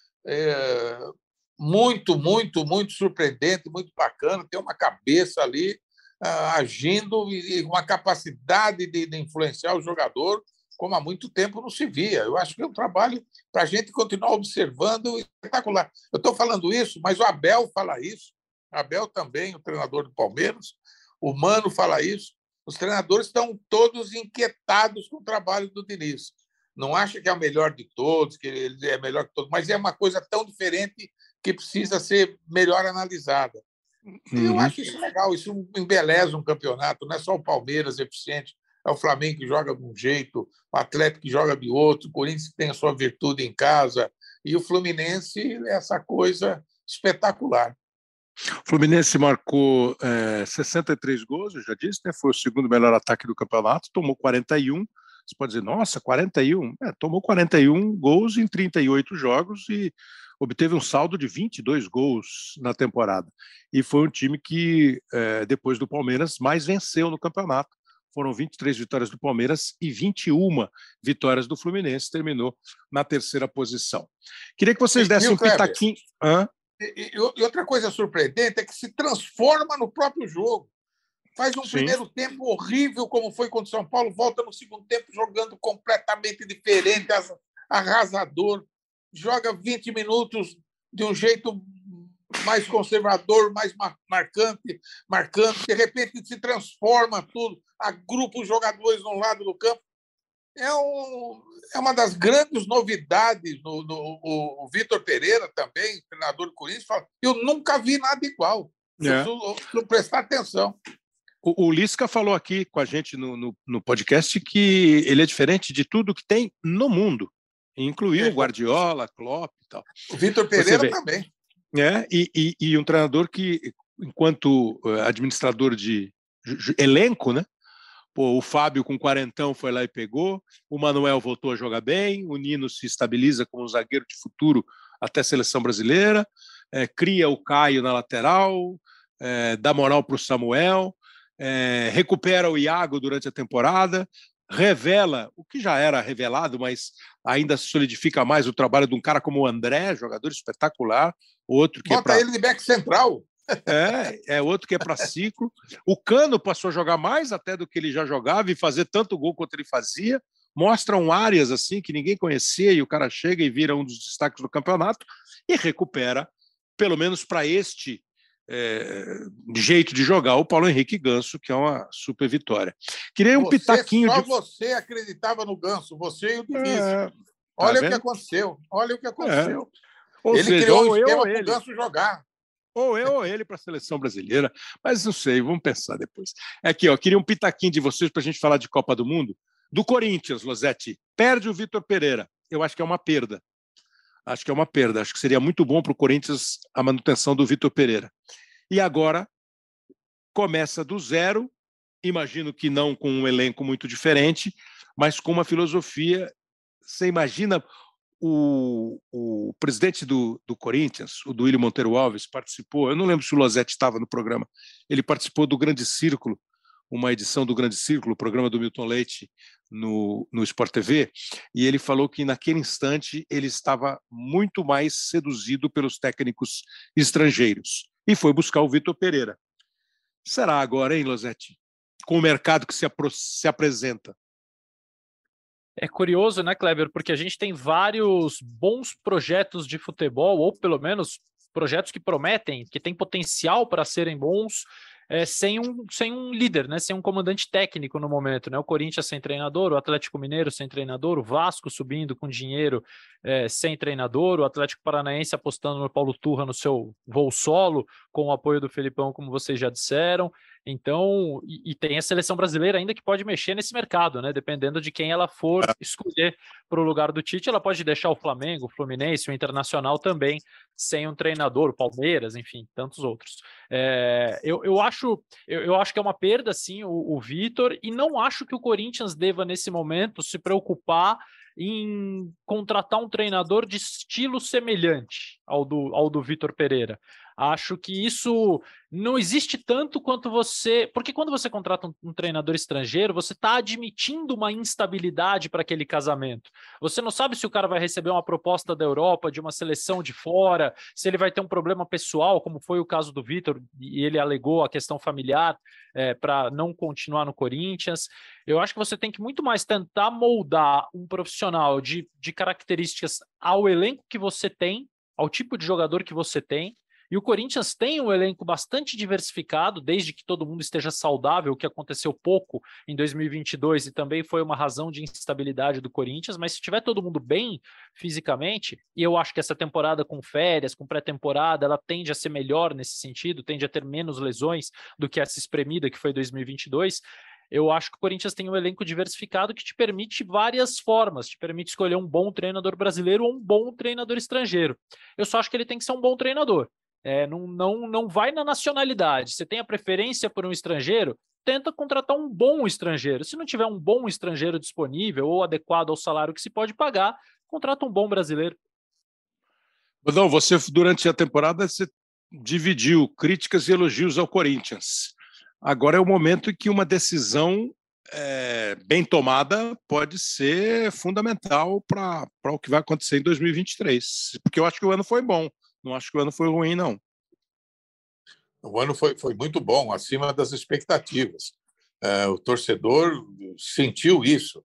É muito, muito, muito surpreendente, muito bacana, tem uma cabeça ali ah, agindo e uma capacidade de, de influenciar o jogador como há muito tempo não se via. Eu acho que é um trabalho para a gente continuar observando espetacular. Eu estou falando isso, mas o Abel fala isso, Abel também, o treinador do Palmeiras. O Mano fala isso. Os treinadores estão todos inquietados com o trabalho do Diniz. Não acha que é o melhor de todos, que ele é melhor que todos, mas é uma coisa tão diferente que precisa ser melhor analisada. Uhum. Eu acho isso legal, isso embeleza um campeonato, não é só o Palmeiras eficiente, é o Flamengo que joga de um jeito, o Atlético que joga de outro, o Corinthians que tem a sua virtude em casa, e o Fluminense é essa coisa espetacular. O Fluminense marcou é, sessenta e três gols, eu já disse, né? Foi o segundo melhor ataque do campeonato, tomou quarenta e um. Você pode dizer, nossa, quarenta e um? É, tomou quarenta e um gols em trinta e oito jogos e obteve um saldo de vinte e dois gols na temporada. E foi um time que, é, depois do Palmeiras, mais venceu no campeonato. Foram vinte e três vitórias do Palmeiras e vinte e uma vitórias do Fluminense. Terminou na terceira posição. Queria que vocês dessem um pitaquinho... Hã? E, e outra coisa surpreendente é que se transforma no próprio jogo. Faz um Sim. primeiro tempo horrível, como foi contra o São Paulo, volta no segundo tempo jogando completamente diferente, arrasador, joga vinte minutos de um jeito mais conservador, mais marcante, marcante, de repente se transforma tudo, agrupa os jogadores de um lado do campo. É, um, é uma das grandes novidades. No, no, o o Vitor Pereira também, treinador do Corinthians, fala, eu nunca vi nada igual. É. Preciso prestar atenção. O, o Lisca falou aqui com a gente no, no, no podcast que ele é diferente de tudo que tem no mundo, incluiu o é. Guardiola, Klopp e tal. O Vitor Pereira também. É, e, e, e um treinador que, enquanto administrador de, de elenco, né? Pô, o Fábio com quarentão foi lá e pegou, o Manuel voltou a jogar bem, o Nino se estabiliza como um zagueiro de futuro até a seleção brasileira, é, cria o Caio na lateral, é, dá moral para o Samuel, é, recupera o Iago durante a temporada, revela o que já era revelado, mas ainda solidifica mais o trabalho de um cara como o André, jogador espetacular, outro que Bota é pra... ele de back central. É, é outro que é para ciclo. O Cano passou a jogar mais até do que ele já jogava e fazer tanto gol quanto ele fazia. Mostram áreas assim que ninguém conhecia e o cara chega e vira um dos destaques do campeonato e recupera, pelo menos para este é, jeito de jogar, o Paulo Henrique Ganso, que é uma super vitória. Queria um você, pitaquinho só de... você acreditava no Ganso, você e o Diniz. É, tá olha vendo? o que aconteceu. Olha o que aconteceu. É. Ou ele seja, criou ou um esquema eu, para o ele. Ganso jogar. Ou eu ou ele para a seleção brasileira, mas não sei, vamos pensar depois. Aqui, ó, queria um pitaquinho de vocês para a gente falar de Copa do Mundo. Do Corinthians, Losetti, perde o Vitor Pereira. Eu acho que é uma perda. Acho que é uma perda. Acho que seria muito bom para o Corinthians a manutenção do Vitor Pereira. E agora começa do zero, imagino que não com um elenco muito diferente, mas com uma filosofia. Você imagina... O, o presidente do, do Corinthians, o Duílio Monteiro Alves, participou, eu não lembro se o Losetti estava no programa, ele participou do Grande Círculo, uma edição do Grande Círculo, o programa do Milton Leite no, no Sport T V, e ele falou que naquele instante ele estava muito mais seduzido pelos técnicos estrangeiros e foi buscar o Vitor Pereira. Será agora, hein, Losetti? Com o mercado que se, apro- se apresenta. É curioso, né, Kleber? Porque a gente tem vários bons projetos de futebol, ou pelo menos projetos que prometem, que têm potencial para serem bons, é, sem, um, sem um líder, né? Sem um comandante técnico no momento, né? O Corinthians sem treinador, o Atlético Mineiro sem treinador, o Vasco subindo com dinheiro é, sem treinador, o Atlético Paranaense apostando no Paulo Turra no seu voo solo, com o apoio do Felipão, como vocês já disseram. Então, e, e tem a seleção brasileira ainda que pode mexer nesse mercado, né? Dependendo de quem ela for escolher para o lugar do Tite, ela pode deixar o Flamengo, o Fluminense, o Internacional também sem um treinador, o Palmeiras, enfim, tantos outros. É, eu, eu, acho, eu, eu acho que é uma perda, sim, o, o Vitor, e não acho que o Corinthians deva, nesse momento, se preocupar em contratar um treinador de estilo semelhante ao do, ao do Vitor Pereira. Acho que isso não existe tanto quanto você... Porque quando você contrata um, um treinador estrangeiro, você está admitindo uma instabilidade para aquele casamento. Você não sabe se o cara vai receber uma proposta da Europa, de uma seleção de fora, se ele vai ter um problema pessoal, como foi o caso do Vitor, e ele alegou a questão familiar é, para não continuar no Corinthians. Eu acho que você tem que muito mais tentar moldar um profissional de, de características ao elenco que você tem, ao tipo de jogador que você tem, E o Corinthians tem um elenco bastante diversificado, desde que todo mundo esteja saudável, o que aconteceu pouco em dois mil e vinte e dois e também foi uma razão de instabilidade do Corinthians, mas se tiver todo mundo bem fisicamente, e eu acho que essa temporada com férias, com pré-temporada, ela tende a ser melhor nesse sentido, tende a ter menos lesões do que essa espremida que foi dois mil e vinte e dois, eu acho que o Corinthians tem um elenco diversificado que te permite várias formas, te permite escolher um bom treinador brasileiro ou um bom treinador estrangeiro. Eu só acho que ele tem que ser um bom treinador. É, não, não, não vai na nacionalidade. Você tem a preferência por um estrangeiro, tenta contratar um bom estrangeiro. Se não tiver um bom estrangeiro disponível ou adequado ao salário que se pode pagar, contrata um bom brasileiro. Não, você, durante a temporada, você dividiu críticas e elogios ao Corinthians. Agora é o momento em que uma decisão é, bem tomada pode ser fundamental para o que vai acontecer em dois mil e vinte e três. Porque eu acho que o ano foi bom. Não acho que o ano foi ruim, não. O ano foi, foi muito bom, acima das expectativas. É, o torcedor sentiu isso.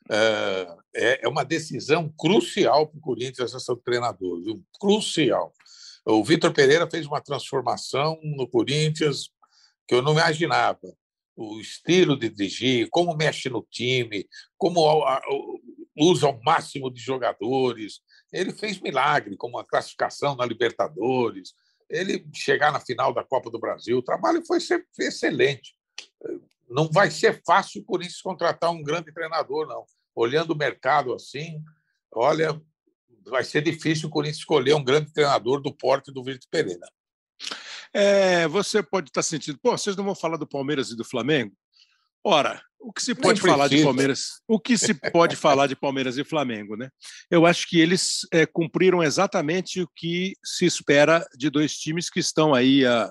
É, é uma decisão crucial para o Corinthians, essa do treinador, viu? Crucial. O Vitor Pereira fez uma transformação no Corinthians que eu não imaginava. O estilo de dirigir, como mexe no time, como usa o máximo de jogadores. Ele fez milagre, como a classificação na Libertadores, ele chegar na final da Copa do Brasil. O trabalho foi excelente. Não vai ser fácil por isso contratar um grande treinador, não. Olhando o mercado assim, olha, vai ser difícil o Corinthians escolher um grande treinador do porte do Vitor Pereira. É, você pode estar sentindo, pô, vocês não vão falar do Palmeiras e do Flamengo? Ora, o que se pode falar de Palmeiras? O que se pode falar de Palmeiras e Flamengo, né? Eu acho que eles é, cumpriram exatamente o que se espera de dois times que estão aí há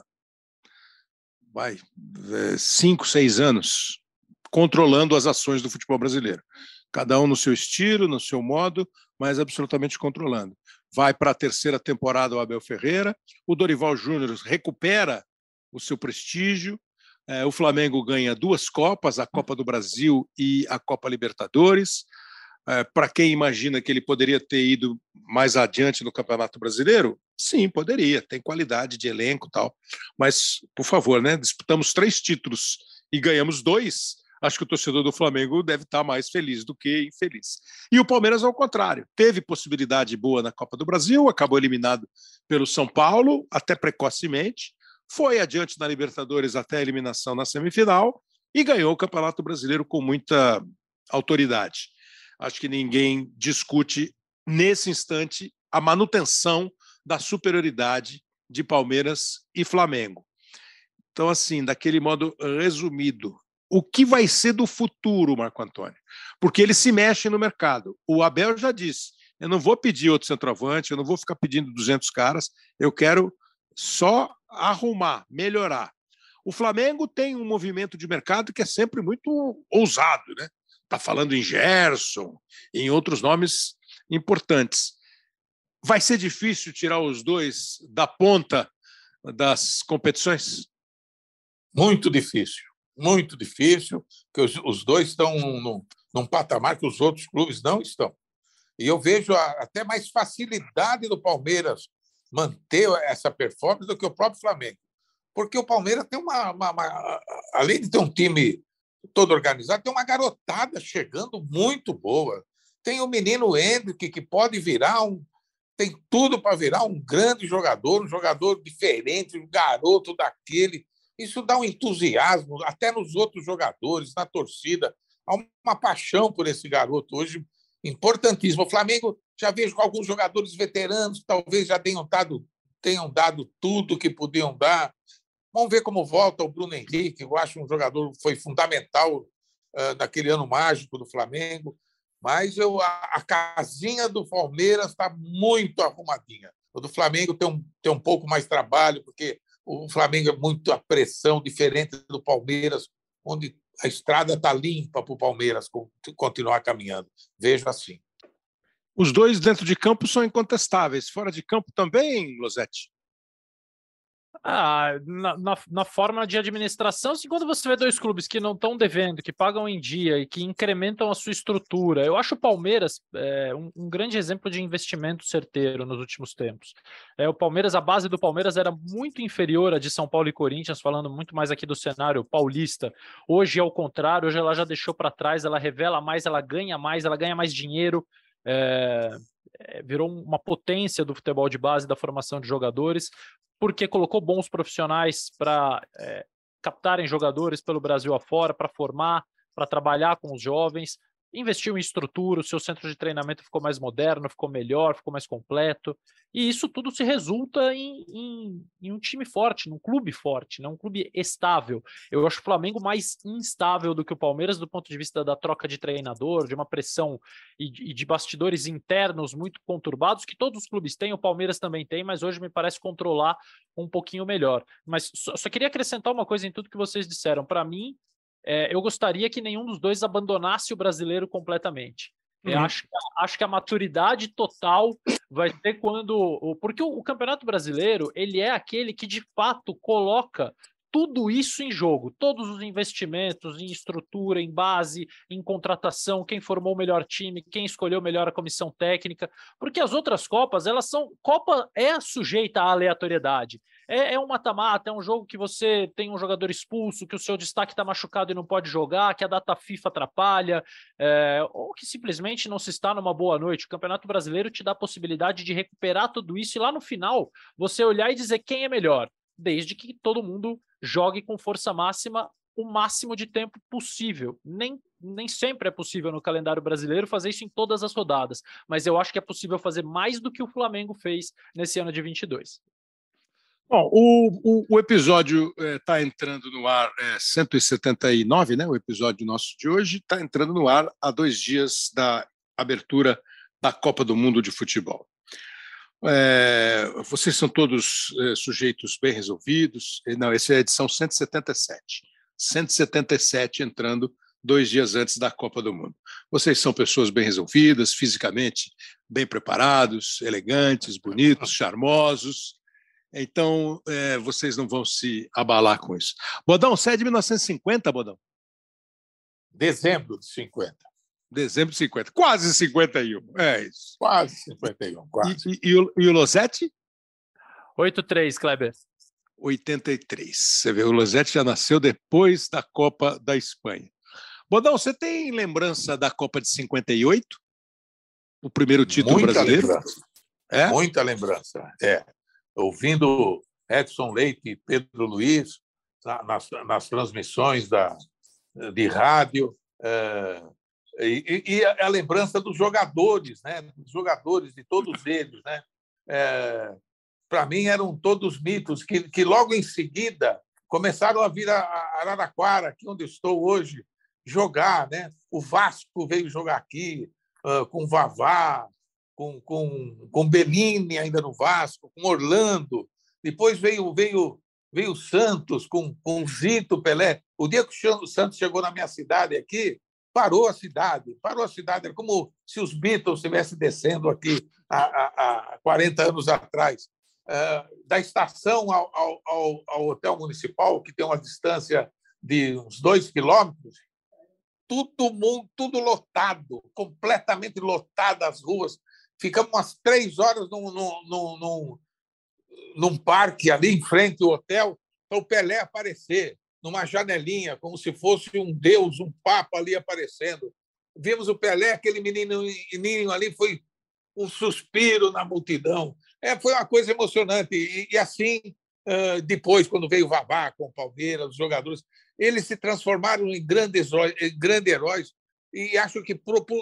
vai, cinco, seis anos controlando as ações do futebol brasileiro. Cada um no seu estilo, no seu modo, mas absolutamente controlando. Vai para a terceira temporada o Abel Ferreira, o Dorival Júnior recupera o seu prestígio, é, o Flamengo ganha duas Copas, a Copa do Brasil e a Copa Libertadores. É, para quem imagina que ele poderia ter ido mais adiante no Campeonato Brasileiro, sim, poderia, tem qualidade de elenco e tal, mas, por favor, né, disputamos três títulos e ganhamos dois, acho que o torcedor do Flamengo deve estar mais feliz do que infeliz. E o Palmeiras, ao contrário, teve possibilidade boa na Copa do Brasil, acabou eliminado pelo São Paulo, até precocemente, foi adiante na Libertadores até a eliminação na semifinal e ganhou o Campeonato Brasileiro com muita autoridade. Acho que ninguém discute, nesse instante, a manutenção da superioridade de Palmeiras e Flamengo. Então, assim, daquele modo resumido, o que vai ser do futuro, Marco Antônio? Porque ele se mexe no mercado. O Abel já disse, eu não vou pedir outro centroavante, eu não vou ficar pedindo duzentos caras, eu quero só arrumar, melhorar. O Flamengo tem um movimento de mercado que é sempre muito ousado, né? Está falando em Gerson, em outros nomes importantes. Vai ser difícil tirar os dois da ponta das competições? Muito difícil, muito difícil, porque os, os dois estão num, num patamar que os outros clubes não estão. E eu vejo a, até mais facilidade do Palmeiras manter essa performance do que o próprio Flamengo. Porque o Palmeiras tem uma, uma, uma... Além de ter um time todo organizado, tem uma garotada chegando muito boa. Tem o menino Hendrick, que pode virar um... Tem tudo para virar um grande jogador, um jogador diferente, um garoto daquele. Isso dá um entusiasmo até nos outros jogadores, na torcida. Há uma paixão por esse garoto hoje importantíssimo. O Flamengo, já vejo com alguns jogadores veteranos que talvez já tenham dado, tenham dado tudo que podiam dar. Vamos ver como volta o Bruno Henrique. Eu acho um jogador que foi fundamental uh, naquele ano mágico do Flamengo. Mas eu, a, a casinha do Palmeiras está muito arrumadinha. O do Flamengo tem um, tem um pouco mais trabalho, porque o Flamengo é muito a pressão, diferente do Palmeiras, onde a estrada está limpa para o Palmeiras continuar caminhando. Vejo assim. Os dois dentro de campo são incontestáveis. Fora de campo também, Losetti? Ah, na, na, na forma de administração, assim, quando você vê dois clubes que não estão devendo, que pagam em dia e que incrementam a sua estrutura, eu acho o Palmeiras é, um, um grande exemplo de investimento certeiro nos últimos tempos. É, o Palmeiras, a base do Palmeiras era muito inferior à de São Paulo e Corinthians, falando muito mais aqui do cenário paulista. Hoje é o contrário, hoje ela já deixou para trás, ela revela mais, ela ganha mais, ela ganha mais dinheiro. É, é, virou uma potência do futebol de base, da formação de jogadores, porque colocou bons profissionais para é, captarem jogadores pelo Brasil afora, para formar, para trabalhar com os jovens, investiu em estrutura, o seu centro de treinamento ficou mais moderno, ficou melhor, ficou mais completo, e isso tudo se resulta em, em, em um time forte, num clube forte, né? Um clube estável. Eu acho o Flamengo mais instável do que o Palmeiras do ponto de vista da troca de treinador, de uma pressão e, e de bastidores internos muito conturbados, que todos os clubes têm, o Palmeiras também tem, mas hoje me parece controlar um pouquinho melhor. Mas só, só queria acrescentar uma coisa em tudo que vocês disseram. Para mim, É, eu gostaria que nenhum dos dois abandonasse o brasileiro completamente. Uhum. Eu acho, acho que a maturidade total vai ser quando... Porque o, o Campeonato Brasileiro, ele é aquele que, de fato, coloca tudo isso em jogo. Todos os investimentos em estrutura, em base, em contratação, quem formou o melhor time, quem escolheu melhor a comissão técnica. Porque as outras Copas, elas são... Copa é sujeita à aleatoriedade. É, é um mata-mata, é um jogo que você tem um jogador expulso, que o seu destaque está machucado e não pode jogar, que a data FIFA atrapalha, é, ou que simplesmente não se está numa boa noite. O Campeonato Brasileiro te dá a possibilidade de recuperar tudo isso e lá no final você olhar e dizer quem é melhor, desde que todo mundo jogue com força máxima o máximo de tempo possível. Nem, nem sempre é possível no calendário brasileiro fazer isso em todas as rodadas, mas eu acho que é possível fazer mais do que o Flamengo fez nesse ano de vinte e dois. Bom, o, o, o episódio está é, entrando no ar, é, cento e setenta e nove, né? O episódio nosso de hoje está entrando no ar há dois dias da abertura da Copa do Mundo de Futebol. É, vocês são todos é, sujeitos bem resolvidos. Não, essa é a edição cento e setenta e sete. cento e setenta e sete entrando dois dias antes da Copa do Mundo. Vocês são pessoas bem resolvidas, fisicamente bem preparados, elegantes, bonitos, charmosos. Então, é, vocês não vão se abalar com isso. Bodão, você é de mil novecentos e cinquenta, Bodão? Dezembro de cinquenta. Dezembro de cinquenta. Quase cinquenta e um. É isso. Quase cinquenta e um. Quase. E, e, e, o, e o Losetti? oitenta e três, Kleber. oitenta e três. Você vê, o Losetti já nasceu depois da Copa da Espanha. Bodão, você tem lembrança da Copa de cinquenta e oito? O primeiro título Muita brasileiro? Lembrança. É? Muita lembrança, é. Ouvindo Edson Leite e Pedro Luiz nas, nas transmissões da, de rádio, é, e, e a lembrança dos jogadores, né? Dos jogadores, de todos eles. Né? É, para mim, eram todos mitos que, que logo em seguida começaram a vir a Araraquara, aqui onde estou hoje, jogar. Né? O Vasco veio jogar aqui, uh, com o Vavá, com, com, com Bellini ainda no Vasco, com Orlando. Depois veio veio veio o Santos com, com Zito, Pelé. O dia que o Santos chegou na minha cidade aqui, parou a cidade. Parou a cidade. Era como se os Beatles estivessem descendo aqui há, há, há quarenta anos atrás. Uh, da estação ao, ao, ao hotel municipal, que tem uma distância de uns dois quilômetros, tudo, mundo, tudo lotado, completamente lotado as ruas. Ficamos umas três horas num, num, num, num parque ali em frente ao hotel para o Pelé aparecer, numa janelinha, como se fosse um deus, um papa ali aparecendo. Vimos o Pelé, aquele menino, menino ali, foi um suspiro na multidão. É, foi uma coisa emocionante. E, e assim, depois, quando veio o Vavá com o Palmeiras, os jogadores, eles se transformaram em grandes, em grandes heróis. E acho que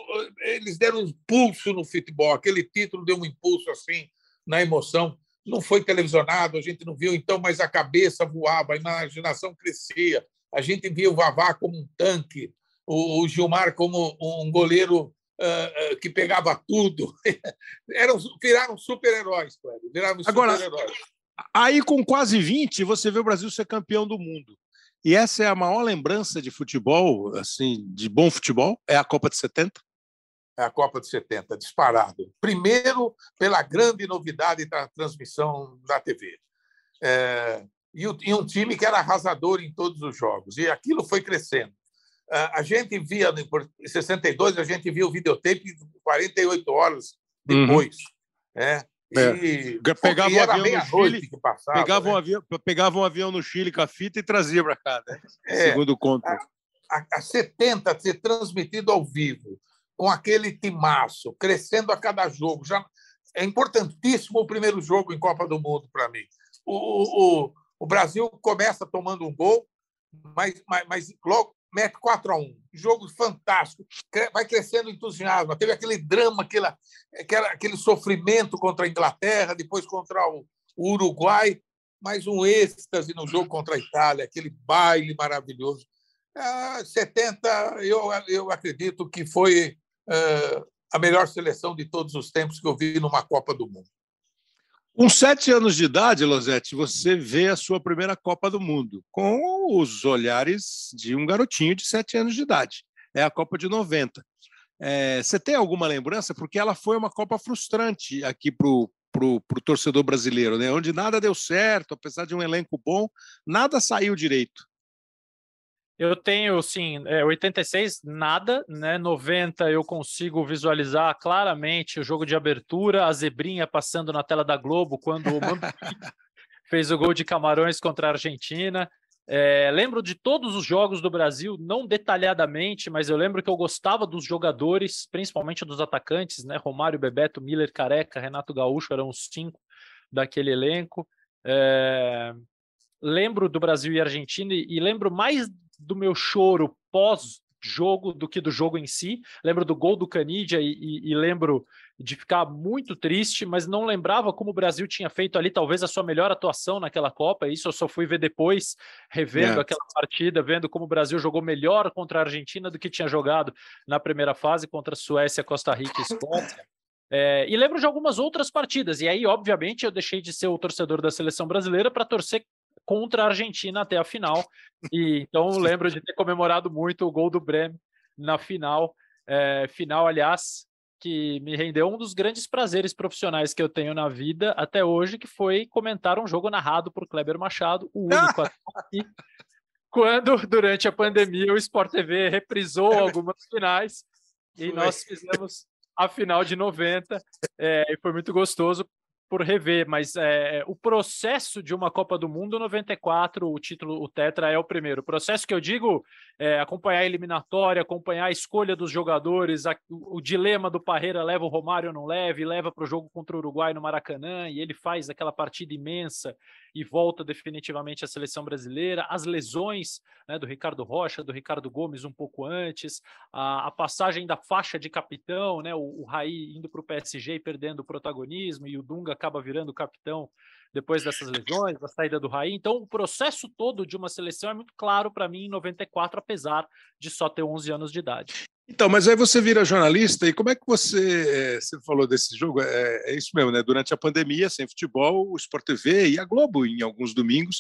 eles deram um impulso no futebol. Aquele título deu um impulso assim na emoção. Não foi televisionado, a gente não viu, então, mas a cabeça voava, a imaginação crescia. A gente via o Vavá como um tanque, o Gilmar como um goleiro uh, que pegava tudo. Eram, viraram super-heróis, Cléber. Viraram super-heróis. Agora, aí, com quase vinte, você vê o Brasil ser campeão do mundo. E essa é a maior lembrança de futebol, assim, de bom futebol, é a Copa de setenta? É a Copa de setenta, disparado. Primeiro, pela grande novidade da transmissão da T V. É, e, o, e um time que era arrasador em todos os jogos. E aquilo foi crescendo. A gente via, em sessenta e dois, a gente via o videotape quarenta e oito horas depois. Uhum. Né? E, é. Pegava e um era avião no Chile, que passava, pegava, né? um avião, pegava um avião no Chile com a fita e trazia para cá, né? É, segundo conto. A, a, a setenta ser transmitido ao vivo, com aquele timaço, crescendo a cada jogo. Já, é importantíssimo o primeiro jogo em Copa do Mundo para mim. O, o, o Brasil começa tomando um gol, mas, mas, mas logo mete quatro a um. Jogo fantástico. Vai crescendo o entusiasmo. Teve aquele drama, aquela, aquela, aquele sofrimento contra a Inglaterra, depois contra o, o Uruguai, mais um êxtase no jogo contra a Itália, aquele baile maravilhoso. Ah, setenta, eu, eu acredito que foi ah, a melhor seleção de todos os tempos que eu vi numa Copa do Mundo. Com sete anos de idade, Losetti, você vê a sua primeira Copa do Mundo, com os olhares de um garotinho de sete anos de idade. É a Copa de noventa. É, você tem alguma lembrança? Porque ela foi uma Copa frustrante aqui para o pro, pro torcedor brasileiro, né? Onde nada deu certo, apesar de um elenco bom, nada saiu direito. Eu tenho, sim, é, oitenta e seis, nada, né? noventa eu consigo visualizar claramente o jogo de abertura, a zebrinha passando na tela da Globo quando o Mantuan fez o gol de Camarões contra a Argentina. É, lembro de todos os jogos do Brasil, não detalhadamente, mas eu lembro que eu gostava dos jogadores, principalmente dos atacantes, né? Romário, Bebeto, Miller, Careca, Renato Gaúcho, eram os cinco daquele elenco. É... Lembro do Brasil e Argentina e, e lembro mais do meu choro pós-jogo do que do jogo em si. Lembro do gol do Canidia e, e, e lembro de ficar muito triste, mas não lembrava como o Brasil tinha feito ali talvez a sua melhor atuação naquela Copa. Isso eu só fui ver depois, revendo é. aquela partida, vendo como o Brasil jogou melhor contra a Argentina do que tinha jogado na primeira fase contra a Suécia, Costa Rica e Escócia. É, e lembro de algumas outras partidas. E aí, obviamente, eu deixei de ser o torcedor da seleção brasileira para torcer contra a Argentina até a final, e então eu lembro de ter comemorado muito o gol do Breme na final, é, final, aliás, que me rendeu um dos grandes prazeres profissionais que eu tenho na vida até hoje, que foi comentar um jogo narrado por Kleber Machado, o único aqui, quando, durante a pandemia, o Sport T V reprisou algumas finais, e nós fizemos a final de noventa, é, e foi muito gostoso por rever, mas é, o processo de uma Copa do Mundo, noventa e quatro, o título, o Tetra é o primeiro. O processo que eu digo é acompanhar a eliminatória, acompanhar a escolha dos jogadores, a, o, o dilema do Parreira, leva o Romário ou não leva, leva para o jogo contra o Uruguai no Maracanã, e ele faz aquela partida imensa e volta definitivamente à seleção brasileira, as lesões, né, do Ricardo Rocha, do Ricardo Gomes um pouco antes, a, a passagem da faixa de capitão, né, o, o Raí indo para o P S G e perdendo o protagonismo, e o Dunga acaba virando capitão depois dessas lesões, da saída do Raí. Então, o processo todo de uma seleção é muito claro para mim em noventa e quatro, apesar de só ter onze anos de idade. Então, mas aí você vira jornalista, e como é que você, você falou desse jogo, é, é isso mesmo, né? Durante a pandemia, sem futebol, o Sport T V e a Globo, em alguns domingos,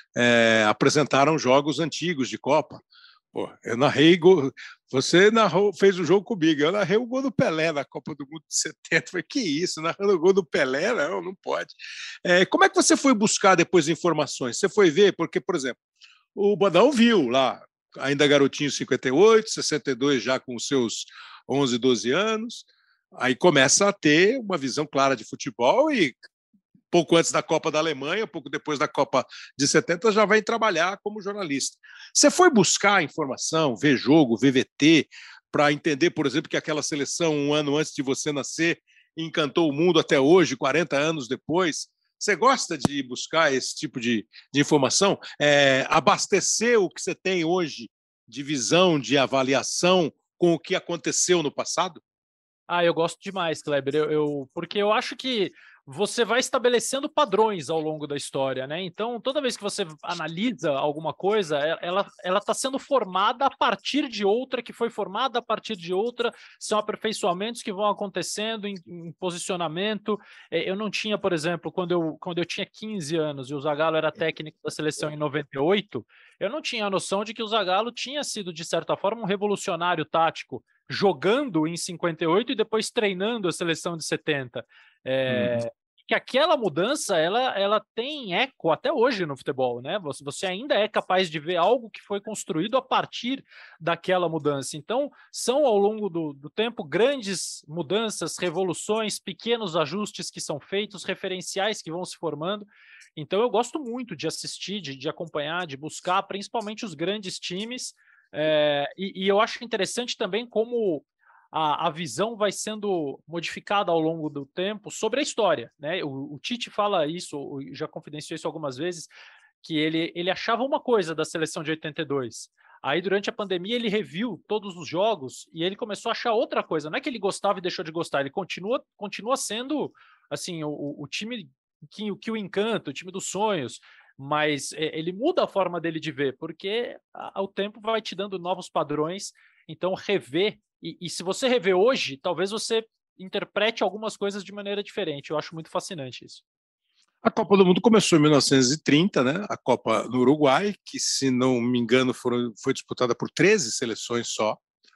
é, apresentaram jogos antigos de Copa. Pô, eu narrei, gol, você narrou, fez o jogo comigo, eu narrei o gol do Pelé na Copa do Mundo de setenta, eu falei, que isso, narrando o gol do Pelé? Não, não pode. É, como é que você foi buscar depois informações? Você foi ver, porque, por exemplo, o Bodão viu lá, ainda garotinho, cinquenta e oito, sessenta e dois já com os seus onze, doze anos, aí começa a ter uma visão clara de futebol e pouco antes da Copa da Alemanha, pouco depois da Copa de setenta, já vai trabalhar como jornalista. Você foi buscar informação, ver jogo, ver V T, para entender, por exemplo, que aquela seleção, um ano antes de você nascer, encantou o mundo até hoje, quarenta anos depois? Você gosta de buscar esse tipo de, de informação? É, abastecer o que você tem hoje de visão, de avaliação com o que aconteceu no passado? Ah, eu gosto demais, Kleber, eu, eu, porque eu acho que você vai estabelecendo padrões ao longo da história, né? Então, toda vez que você analisa alguma coisa, ela ela está sendo formada a partir de outra, que foi formada a partir de outra, são aperfeiçoamentos que vão acontecendo em, em posicionamento. Eu não tinha, por exemplo, quando eu, quando eu tinha quinze anos e o Zagallo era técnico da seleção em noventa e oito, eu não tinha a noção de que o Zagallo tinha sido, de certa forma, um revolucionário tático, jogando em cinquenta e oito e depois treinando a seleção de setenta. É, uhum. que aquela mudança ela, ela tem eco até hoje no futebol, né? Você, você ainda é capaz de ver algo que foi construído a partir daquela mudança. Então, são ao longo do, do tempo grandes mudanças, revoluções, pequenos ajustes que são feitos, referenciais que vão se formando. Então, eu gosto muito de assistir, de, de acompanhar, de buscar, principalmente os grandes times. É, e, e eu acho interessante também como A, a visão vai sendo modificada ao longo do tempo sobre a história, né? O, o Tite fala isso, já confidenciou isso algumas vezes, que ele, ele achava uma coisa da seleção de oitenta e dois. Aí, durante a pandemia, ele reviu todos os jogos e ele começou a achar outra coisa. Não é que ele gostava e deixou de gostar, ele continua, continua sendo assim, o, o time que, que o encanta, o time dos sonhos, mas é, ele muda a forma dele de ver, porque a, o tempo vai te dando novos padrões, então rever. E, e se você rever hoje, talvez você interprete algumas coisas de maneira diferente. Eu acho muito fascinante isso. A Copa do Mundo começou em mil novecentos e trinta, né? A Copa no Uruguai, que, se não me engano, foram, foi disputada por treze seleções só.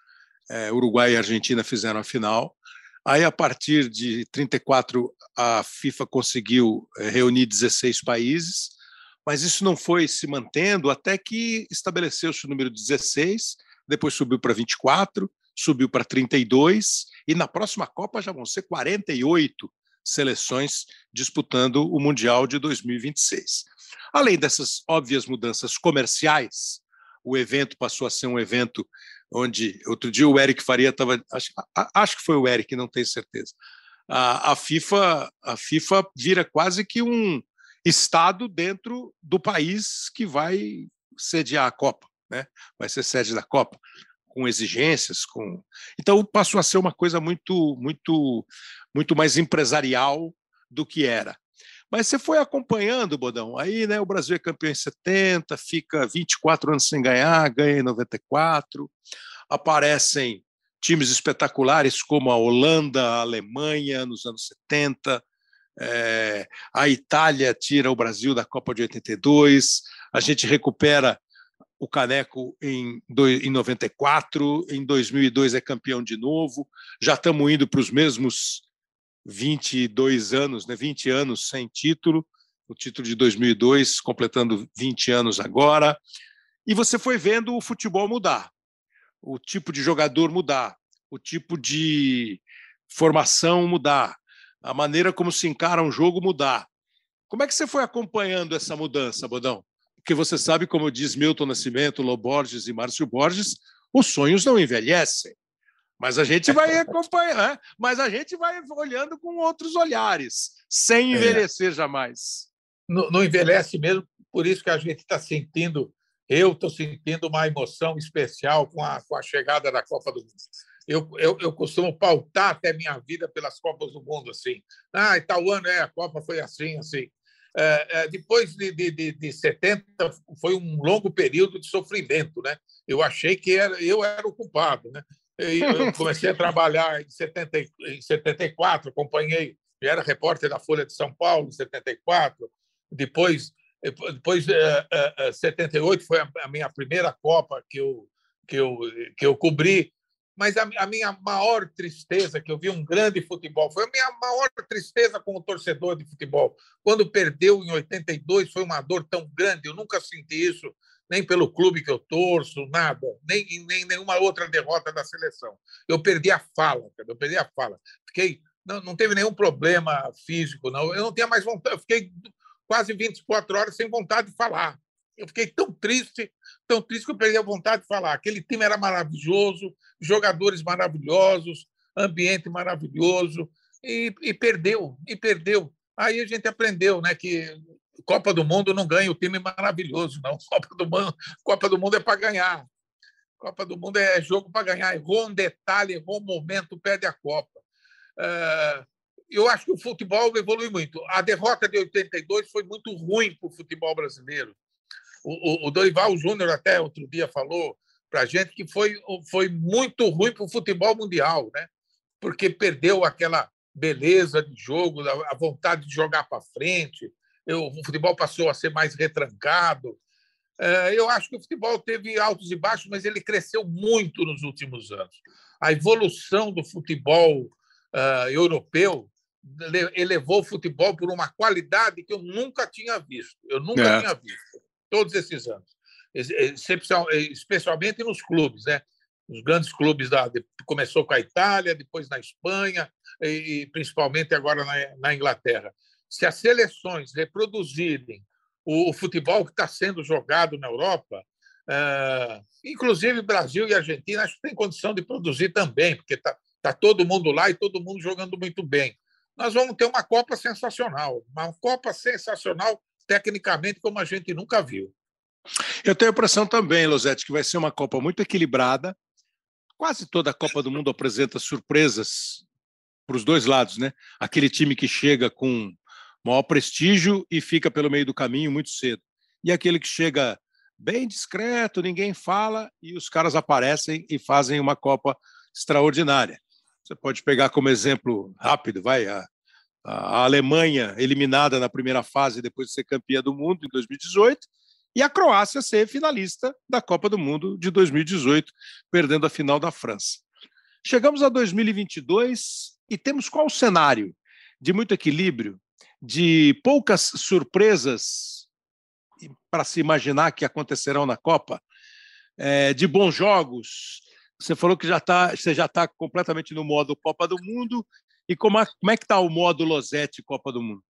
É, Uruguai e Argentina fizeram a final. Aí, a partir de trinta e quatro, a FIFA conseguiu é, reunir dezesseis países, mas isso não foi se mantendo até que estabeleceu-se o número dezesseis, depois subiu para vinte e quatro, subiu para trinta e dois, e na próxima Copa já vão ser quarenta e oito seleções disputando o Mundial de dois mil e vinte e seis. Além dessas óbvias mudanças comerciais, o evento passou a ser um evento onde, outro dia o Eric Faria estava, acho, acho que foi o Eric, não tenho certeza, a, a, FIFA, a FIFA vira quase que um estado dentro do país que vai sediar a Copa, né? Vai ser sede da Copa, com exigências, com... Então passou a ser uma coisa muito, muito, muito mais empresarial do que era. Mas você foi acompanhando, Bodão, aí, né, o Brasil é campeão em setenta, fica vinte e quatro anos sem ganhar, ganha em noventa e quatro, aparecem times espetaculares como a Holanda, a Alemanha nos anos setenta, é, a Itália tira o Brasil da Copa de oitenta e dois, a gente recupera o caneco em, em noventa e quatro, em dois mil e dois é campeão de novo, já estamos indo para os mesmos vinte e dois anos, né, vinte anos sem título, o título de dois mil e dois completando vinte anos agora, e você foi vendo o futebol mudar, o tipo de jogador mudar, o tipo de formação mudar, a maneira como se encara um jogo mudar. Como é que você foi acompanhando essa mudança, Bodão? Porque você sabe, como diz Milton Nascimento, Lô Borges e Márcio Borges, os sonhos não envelhecem. Mas a gente vai acompanhar, mas a gente vai olhando com outros olhares, sem envelhecer é. jamais. Não, não envelhece mesmo, por isso que a gente está sentindo, eu estou sentindo uma emoção especial com a, com a chegada da Copa do Mundo. Eu, eu, eu costumo pautar até minha vida pelas Copas do Mundo, assim. Ah, e tal ano, é, a Copa foi assim, assim. É, é, depois de, de, de setenta, foi um longo período de sofrimento, né? Eu achei que era, eu era o culpado, né? Eu comecei a trabalhar em, setenta, em setenta e quatro, acompanhei, eu era repórter da Folha de São Paulo em setenta e quatro, depois, depois uh, uh, setenta e oito foi a minha primeira Copa que eu, que eu, que eu cobri, mas a, a minha maior tristeza, que eu vi um grande futebol, foi a minha maior tristeza como torcedor de futebol. Quando perdeu em oitenta e dois, foi uma dor tão grande, eu nunca senti isso, nem pelo clube que eu torço, nada, nem, nem nenhuma outra derrota da seleção. Eu perdi a fala, eu perdi a fala. Fiquei, não, não teve nenhum problema físico, não. Eu não tinha mais vontade, eu fiquei quase vinte e quatro horas sem vontade de falar. Eu fiquei tão triste, tão triste que eu perdi a vontade de falar. Aquele time era maravilhoso, jogadores maravilhosos, ambiente maravilhoso, e, e perdeu, e perdeu. Aí a gente aprendeu, né, que Copa do Mundo não ganha o time maravilhoso, não. Copa do Mundo, Copa do Mundo é para ganhar. Copa do Mundo é jogo para ganhar. Errou um detalhe, errou um momento, perde a Copa. Eu acho que o futebol evolui muito. A derrota de oitenta e dois foi muito ruim para o futebol brasileiro. O, o, o Dorival Júnior até outro dia falou para a gente que foi, foi muito ruim para o futebol mundial, né? Porque perdeu aquela beleza de jogo, a vontade de jogar para frente. Eu, o futebol passou a ser mais retrancado. Eu acho que o futebol teve altos e baixos, mas ele cresceu muito nos últimos anos. A evolução do futebol uh, europeu elevou o futebol por uma qualidade que eu nunca tinha visto. Eu nunca é. tinha visto, todos esses anos. Especialmente nos clubes, né? Os grandes clubes, da, começou com a Itália, depois na Espanha e principalmente agora na, na Inglaterra. Se as seleções reproduzirem o, o futebol que está sendo jogado na Europa, é, inclusive Brasil e Argentina, acho que tem condição de produzir também, porque está tá todo mundo lá e todo mundo jogando muito bem. Nós vamos ter uma Copa sensacional, uma Copa sensacional tecnicamente como a gente nunca viu. Eu tenho a impressão também, Losetti, que vai ser uma Copa muito equilibrada. Quase toda a Copa do Mundo apresenta surpresas para os dois lados, né? Aquele time que chega com maior prestígio e fica pelo meio do caminho muito cedo. E aquele que chega bem discreto, ninguém fala, e os caras aparecem e fazem uma Copa extraordinária. Você pode pegar como exemplo rápido, vai, a, a Alemanha eliminada na primeira fase depois de ser campeã do mundo em dois mil e dezoito, e a Croácia ser finalista da Copa do Mundo de dois mil e dezoito, perdendo a final da França. Chegamos a dois mil e vinte e dois e temos qual cenário? De muito equilíbrio, de poucas surpresas para se imaginar que acontecerão na Copa, é, de bons jogos. Você falou que já tá, você já está completamente no modo Copa do Mundo. E como é, como é que está o modo Losetti Copa do Mundo?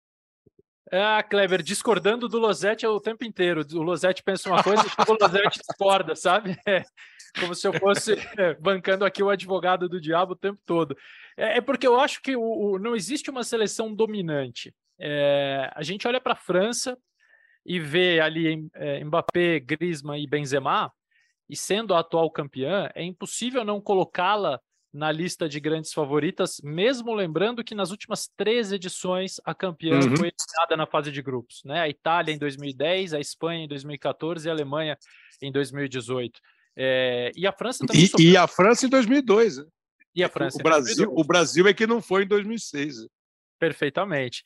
Ah, Kleber, discordando do Losetti o tempo inteiro. O Losetti pensa uma coisa e o Losetti discorda, sabe? É como se eu fosse bancando aqui o advogado do diabo o tempo todo. É, é porque eu acho que o, o, não existe uma seleção dominante. É, a gente olha para a França e vê ali é, Mbappé, Griezmann e Benzema, e sendo a atual campeã, é impossível não colocá-la na lista de grandes favoritas, mesmo lembrando que nas últimas três edições a campeã uhum. foi eliminada na fase de grupos, né? A Itália em dois mil e dez, a Espanha em dois mil e quatorze e a Alemanha em dois mil e dezoito. É, e a França também e, sofreu... e a França em dois mil e dois. Né? E a França o Brasil, o Brasil é que não foi em dois mil e seis. Perfeitamente.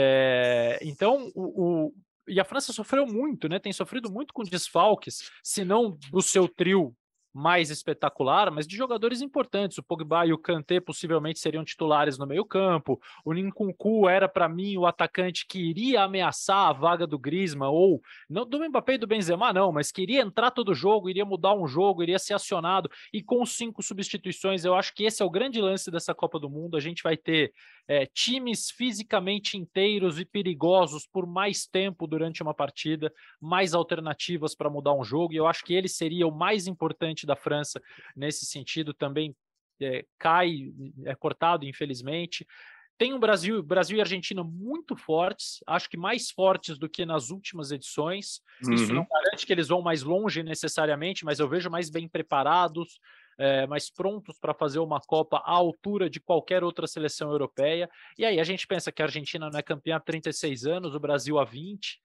É, então, o, o, e a França sofreu muito, né? Tem sofrido muito com desfalques, se não do seu trio mais espetacular, mas de jogadores importantes. O Pogba e o Kanté possivelmente seriam titulares no meio-campo. O Nkunku era, para mim, o atacante que iria ameaçar a vaga do Griezmann, ou não do Mbappé e do Benzema, não, mas que iria entrar todo jogo, iria mudar um jogo, iria ser acionado. E com cinco substituições, eu acho que esse é o grande lance dessa Copa do Mundo. A gente vai ter é, times fisicamente inteiros e perigosos por mais tempo durante uma partida, mais alternativas para mudar um jogo, e eu acho que ele seria o mais importante da França nesse sentido. Também é, cai, é cortado, infelizmente. Tem um Brasil, Brasil e Argentina muito fortes, acho que mais fortes do que nas últimas edições. Uhum. Isso não garante que eles vão mais longe necessariamente, mas eu vejo mais bem preparados, é, mais prontos para fazer uma Copa à altura de qualquer outra seleção europeia. E aí a gente pensa que a Argentina não é campeã há trinta e seis anos, o Brasil há vinte,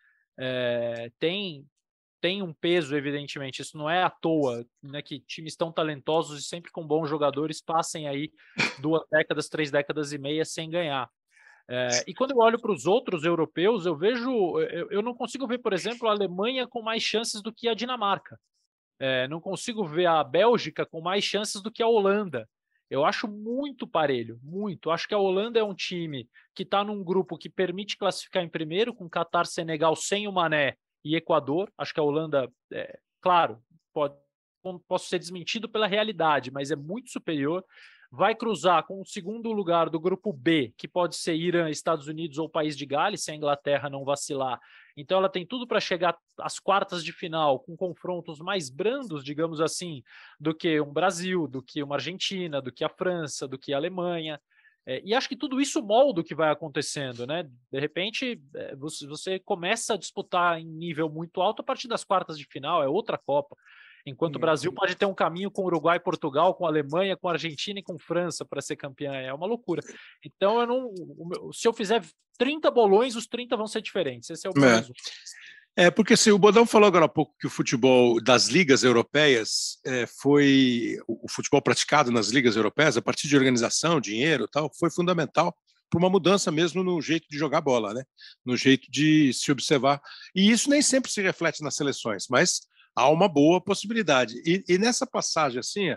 é, tem... tem um peso, evidentemente, isso não é à toa, né, que times tão talentosos e sempre com bons jogadores passem aí duas décadas, três décadas e meia sem ganhar. É, e quando eu olho para os outros europeus, eu vejo, eu, eu não consigo ver, por exemplo, a Alemanha com mais chances do que a Dinamarca. É, não consigo ver a Bélgica com mais chances do que a Holanda. Eu acho muito parelho, muito. Acho que a Holanda é um time que está num grupo que permite classificar em primeiro, com Catar, Senegal sem o Mané e Equador. Acho que a Holanda, é, claro, pode, posso ser desmentido pela realidade, mas é muito superior. Vai cruzar com o segundo lugar do grupo B, que pode ser Irã, Estados Unidos ou País de Gales, se a Inglaterra não vacilar. Então ela tem tudo para chegar às quartas de final com confrontos mais brandos, digamos assim, do que um Brasil, do que uma Argentina, do que a França, do que a Alemanha. É, e acho que tudo isso molda o que vai acontecendo, né? De repente, é, você, você começa a disputar em nível muito alto a partir das quartas de final, é outra Copa. Enquanto o Brasil pode ter um caminho com Uruguai, Portugal, com Alemanha, com Argentina e com França para ser campeã, é uma loucura. Então, eu não, se eu fizer trinta bolões, os trinta vão ser diferentes. Esse é o é. É, porque assim, o Bodão falou agora há pouco que o futebol das ligas europeias é, foi o futebol praticado nas ligas europeias, a partir de organização, dinheiro e tal, foi fundamental para uma mudança mesmo no jeito de jogar bola, né? No jeito de se observar. E isso nem sempre se reflete nas seleções, mas há uma boa possibilidade. E, e nessa passagem, assim,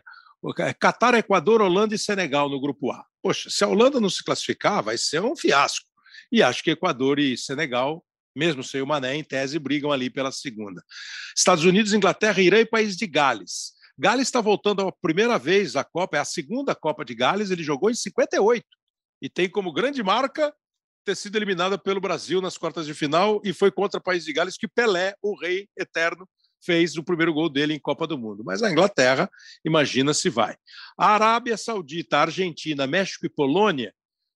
Catar, Equador, Holanda e Senegal no grupo A. Poxa, se a Holanda não se classificar, vai ser um fiasco. E acho que Equador e Senegal, mesmo sem o Mané, em tese, brigam ali pela segunda. Estados Unidos, Inglaterra, Irã e País de Gales. Gales está voltando a primeira vez à Copa, é a segunda Copa de Gales, ele jogou em cinquenta e oito e tem como grande marca ter sido eliminada pelo Brasil nas quartas de final e foi contra o País de Gales que Pelé, o rei eterno, fez o primeiro gol dele em Copa do Mundo. Mas a Inglaterra, imagina se vai. A Arábia Saudita, Argentina, México e Polônia,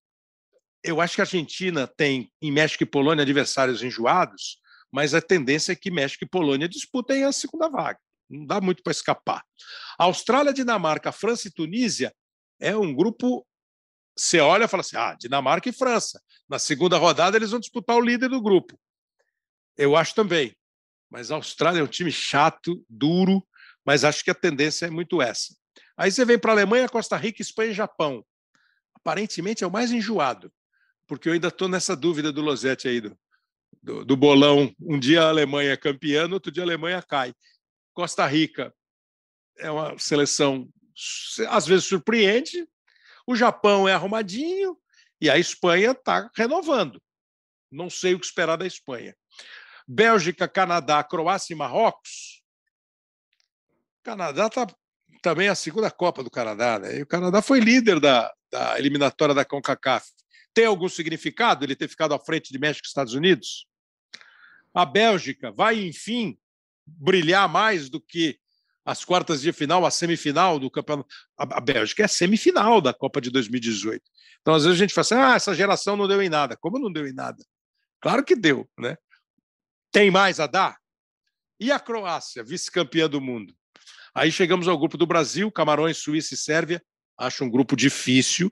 eu acho que a Argentina tem, em México e Polônia, adversários enjoados, mas a tendência é que México e Polônia disputem a segunda vaga. Não dá muito para escapar. A Austrália, Dinamarca, França e Tunísia é um grupo... Você olha e fala assim, ah, Dinamarca e França. Na segunda rodada eles vão disputar o líder do grupo. Eu acho também. Mas a Austrália é um time chato, duro, mas acho que a tendência é muito essa. Aí você vem para a Alemanha, Costa Rica, Espanha e Japão. Aparentemente é o mais enjoado, porque eu ainda estou nessa dúvida do Losetti aí, do, do, do bolão. Um dia a Alemanha é campeã, no outro dia a Alemanha cai. Costa Rica é uma seleção, às vezes, surpreende. O Japão é arrumadinho e a Espanha está renovando. Não sei o que esperar da Espanha. Bélgica, Canadá, Croácia e Marrocos. O Canadá está também a segunda Copa do Canadá, né? E o Canadá foi líder da, da eliminatória da CONCACAF. Tem algum significado ele ter ficado à frente de México e Estados Unidos? A Bélgica vai, enfim, brilhar mais do que as quartas de final, a semifinal do campeonato. A Bélgica é a semifinal da Copa de dois mil e dezoito. Então, às vezes, a gente fala assim, ah, essa geração não deu em nada. Como não deu em nada? Claro que deu, né? Tem mais a dar? E a Croácia, vice-campeã do mundo? Aí chegamos ao grupo do Brasil, Camarões, Suíça e Sérvia. Acho um grupo difícil,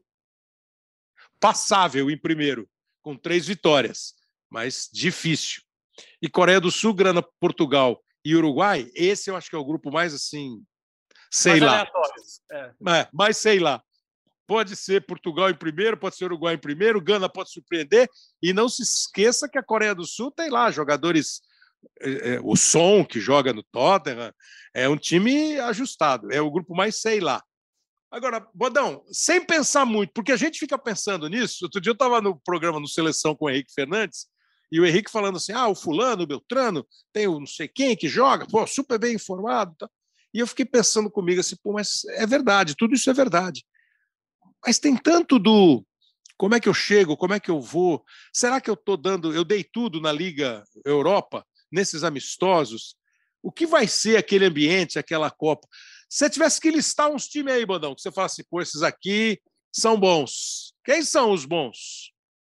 passável em primeiro, com três vitórias, mas difícil. E Coreia do Sul, Gana, Portugal e Uruguai, esse eu acho que é o grupo mais assim, sei mais lá. Aleatório. É. É, mas sei lá. Pode ser Portugal em primeiro, pode ser Uruguai em primeiro, Gana pode surpreender. E não se esqueça que a Coreia do Sul tem lá jogadores... É, é, o Son, que joga no Tottenham, é um time ajustado. É o grupo mais sei lá. Agora, Bodão, sem pensar muito, porque a gente fica pensando nisso. Outro dia eu estava no programa no Seleção com o Henrique Fernandes, e o Henrique falando assim, ah, o fulano, o Beltrano, tem o não sei quem que joga, pô, super bem informado. Tá? E eu fiquei pensando comigo assim, pô, mas é verdade, tudo isso é verdade. Mas tem tanto do como é que eu chego, como é que eu vou, será que eu estou dando, eu dei tudo na Liga Europa, nesses amistosos, o que vai ser aquele ambiente, aquela Copa? Se você tivesse que listar uns times aí, Bodão, que você fala assim, pô, esses aqui são bons. Quem são os bons?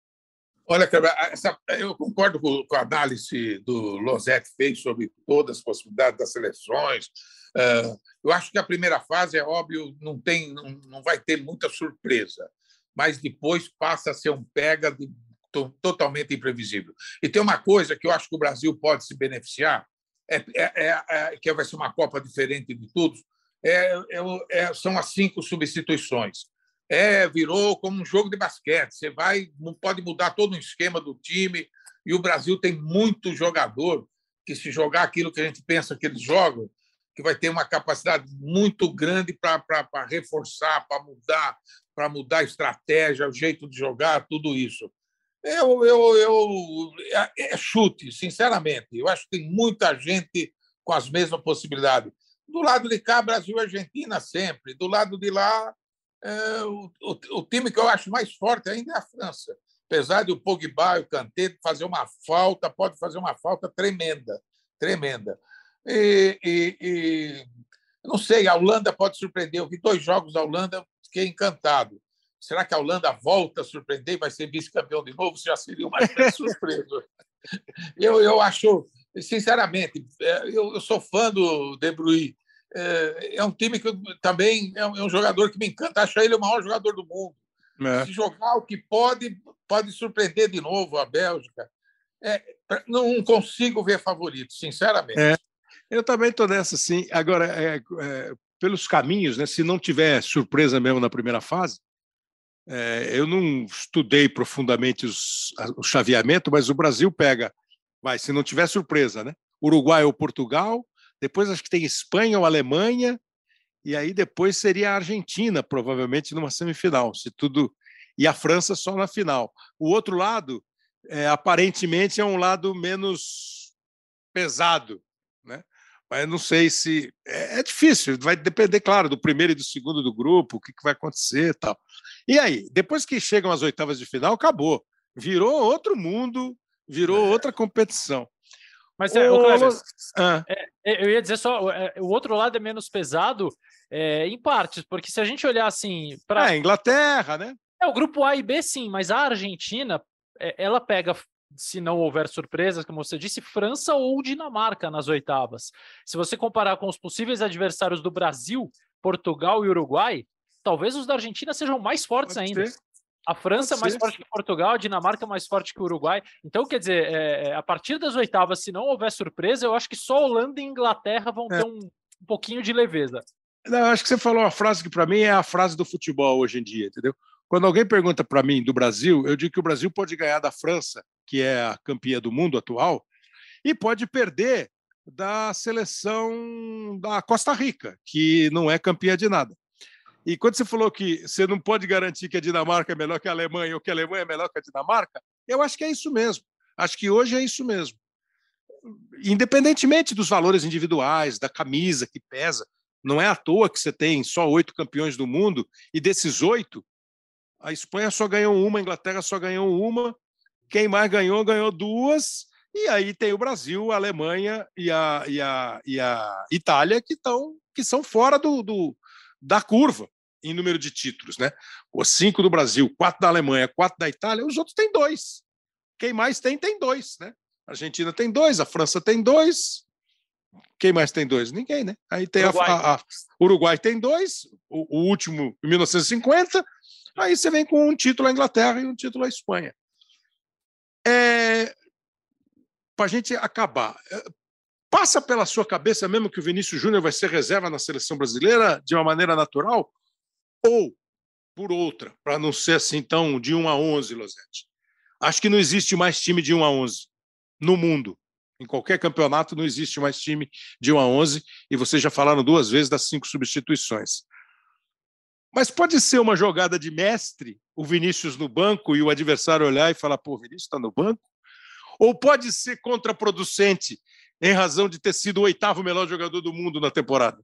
Olha, essa, eu concordo com, com a análise do Losetti fez sobre todas as possibilidades das seleções. Uh, eu acho que a primeira fase, é óbvio, não, tem, não, não vai ter muita surpresa, mas depois passa a ser um pega de, to, totalmente imprevisível. E tem uma coisa que eu acho que o Brasil pode se beneficiar, é, é, é, é, que vai ser uma Copa diferente de tudo, é, é, é, são as cinco substituições. É, virou como um jogo de basquete. Você vai, não pode mudar todo o esquema do time. E o Brasil tem muito jogador que, se jogar aquilo que a gente pensa que eles jogam, que vai ter uma capacidade muito grande para reforçar, para mudar, para mudar a estratégia, o jeito de jogar, tudo isso. Eu, eu, eu, é, é chute, sinceramente. Eu acho que tem muita gente com as mesmas possibilidades. Do lado de cá, Brasil e Argentina sempre. Do lado de lá, É, o, o, o time que eu acho mais forte ainda é a França. Apesar de o Pogba e o Kanté fazer uma falta, pode fazer uma falta tremenda, tremenda. E, e, e não sei, a Holanda pode surpreender. Eu vi dois jogos da Holanda, fiquei encantado. Será que a Holanda volta a surpreender e vai ser vice-campeão de novo? Isso já seria uma surpresa. Eu, eu acho, sinceramente, eu, eu sou fã do De Bruyne. É um time que também é um jogador que me encanta. Acho ele o maior jogador do mundo. É. Se jogar o que pode, pode surpreender de novo a Bélgica. É, não consigo ver favorito, sinceramente. É, eu também estou nessa, sim. Agora, é, é, pelos caminhos, né, se não tiver surpresa mesmo na primeira fase, é, eu não estudei profundamente os, o chaveamento, mas o Brasil pega, vai, se não tiver surpresa, né? Uruguai ou Portugal. Depois acho que tem Espanha ou Alemanha e aí depois seria a Argentina, provavelmente numa semifinal, se tudo, e a França só na final. O outro lado, é, aparentemente, é um lado menos pesado, né? Mas não sei se... É, é difícil, vai depender, claro, do primeiro e do segundo do grupo, o que, que vai acontecer e tal. E aí, depois que chegam as oitavas de final, acabou. Virou outro mundo, virou outra competição. Mas, é, o Kleber, ah. é, eu ia dizer só, é, o outro lado é menos pesado é, em partes, porque se a gente olhar assim... Pra... É, Inglaterra, né? É, o grupo A e B, sim, mas a Argentina, é, ela pega, se não houver surpresas, como você disse, França ou Dinamarca nas oitavas. Se você comparar com os possíveis adversários do Brasil, Portugal e Uruguai, talvez os da Argentina sejam mais fortes Pode ainda. ser. A França é mais forte que Portugal, a Dinamarca é mais forte que o Uruguai. Então, quer dizer, é, a partir das oitavas, se não houver surpresa, eu acho que só Holanda e Inglaterra vão é. ter um, um pouquinho de leveza. Não, acho que você falou uma frase que, para mim, é a frase do futebol hoje em dia, entendeu? Quando alguém pergunta para mim do Brasil, eu digo que o Brasil pode ganhar da França, que é a campeã do mundo atual, e pode perder da seleção da Costa Rica, que não é campeã de nada. E quando você falou que você não pode garantir que a Dinamarca é melhor que a Alemanha ou que a Alemanha é melhor que a Dinamarca, eu acho que é isso mesmo. Acho que hoje é isso mesmo. Independentemente dos valores individuais, da camisa que pesa, não é à toa que você tem só oito campeões do mundo e desses oito, a Espanha só ganhou uma, a Inglaterra só ganhou uma, quem mais ganhou, ganhou duas, e aí tem o Brasil, a Alemanha e a, e a, e a Itália que, tão, que são fora do... do da curva em número de títulos, né? Os cinco do Brasil, quatro da Alemanha, quatro da Itália, os outros têm dois. Quem mais tem, tem dois, né? A Argentina tem dois, a França tem dois. Quem mais tem dois? Ninguém, né? Aí tem Uruguai. A, a, a Uruguai tem dois, o, o último em mil novecentos e cinquenta. Aí você vem com um título à Inglaterra e um título à Espanha. É, para a gente acabar, passa pela sua cabeça mesmo que o Vinícius Júnior vai ser reserva na seleção brasileira de uma maneira natural? Ou por outra, para não ser assim tão de um a onze, Losetti? Acho que não existe mais time de um a onze no mundo. Em qualquer campeonato não existe mais time de um a onze, e vocês já falaram duas vezes das cinco substituições. Mas pode ser uma jogada de mestre, o Vinícius no banco e o adversário olhar e falar, pô, o Vinícius está no banco? Ou pode ser contraproducente em razão de ter sido o oitavo melhor jogador do mundo na temporada?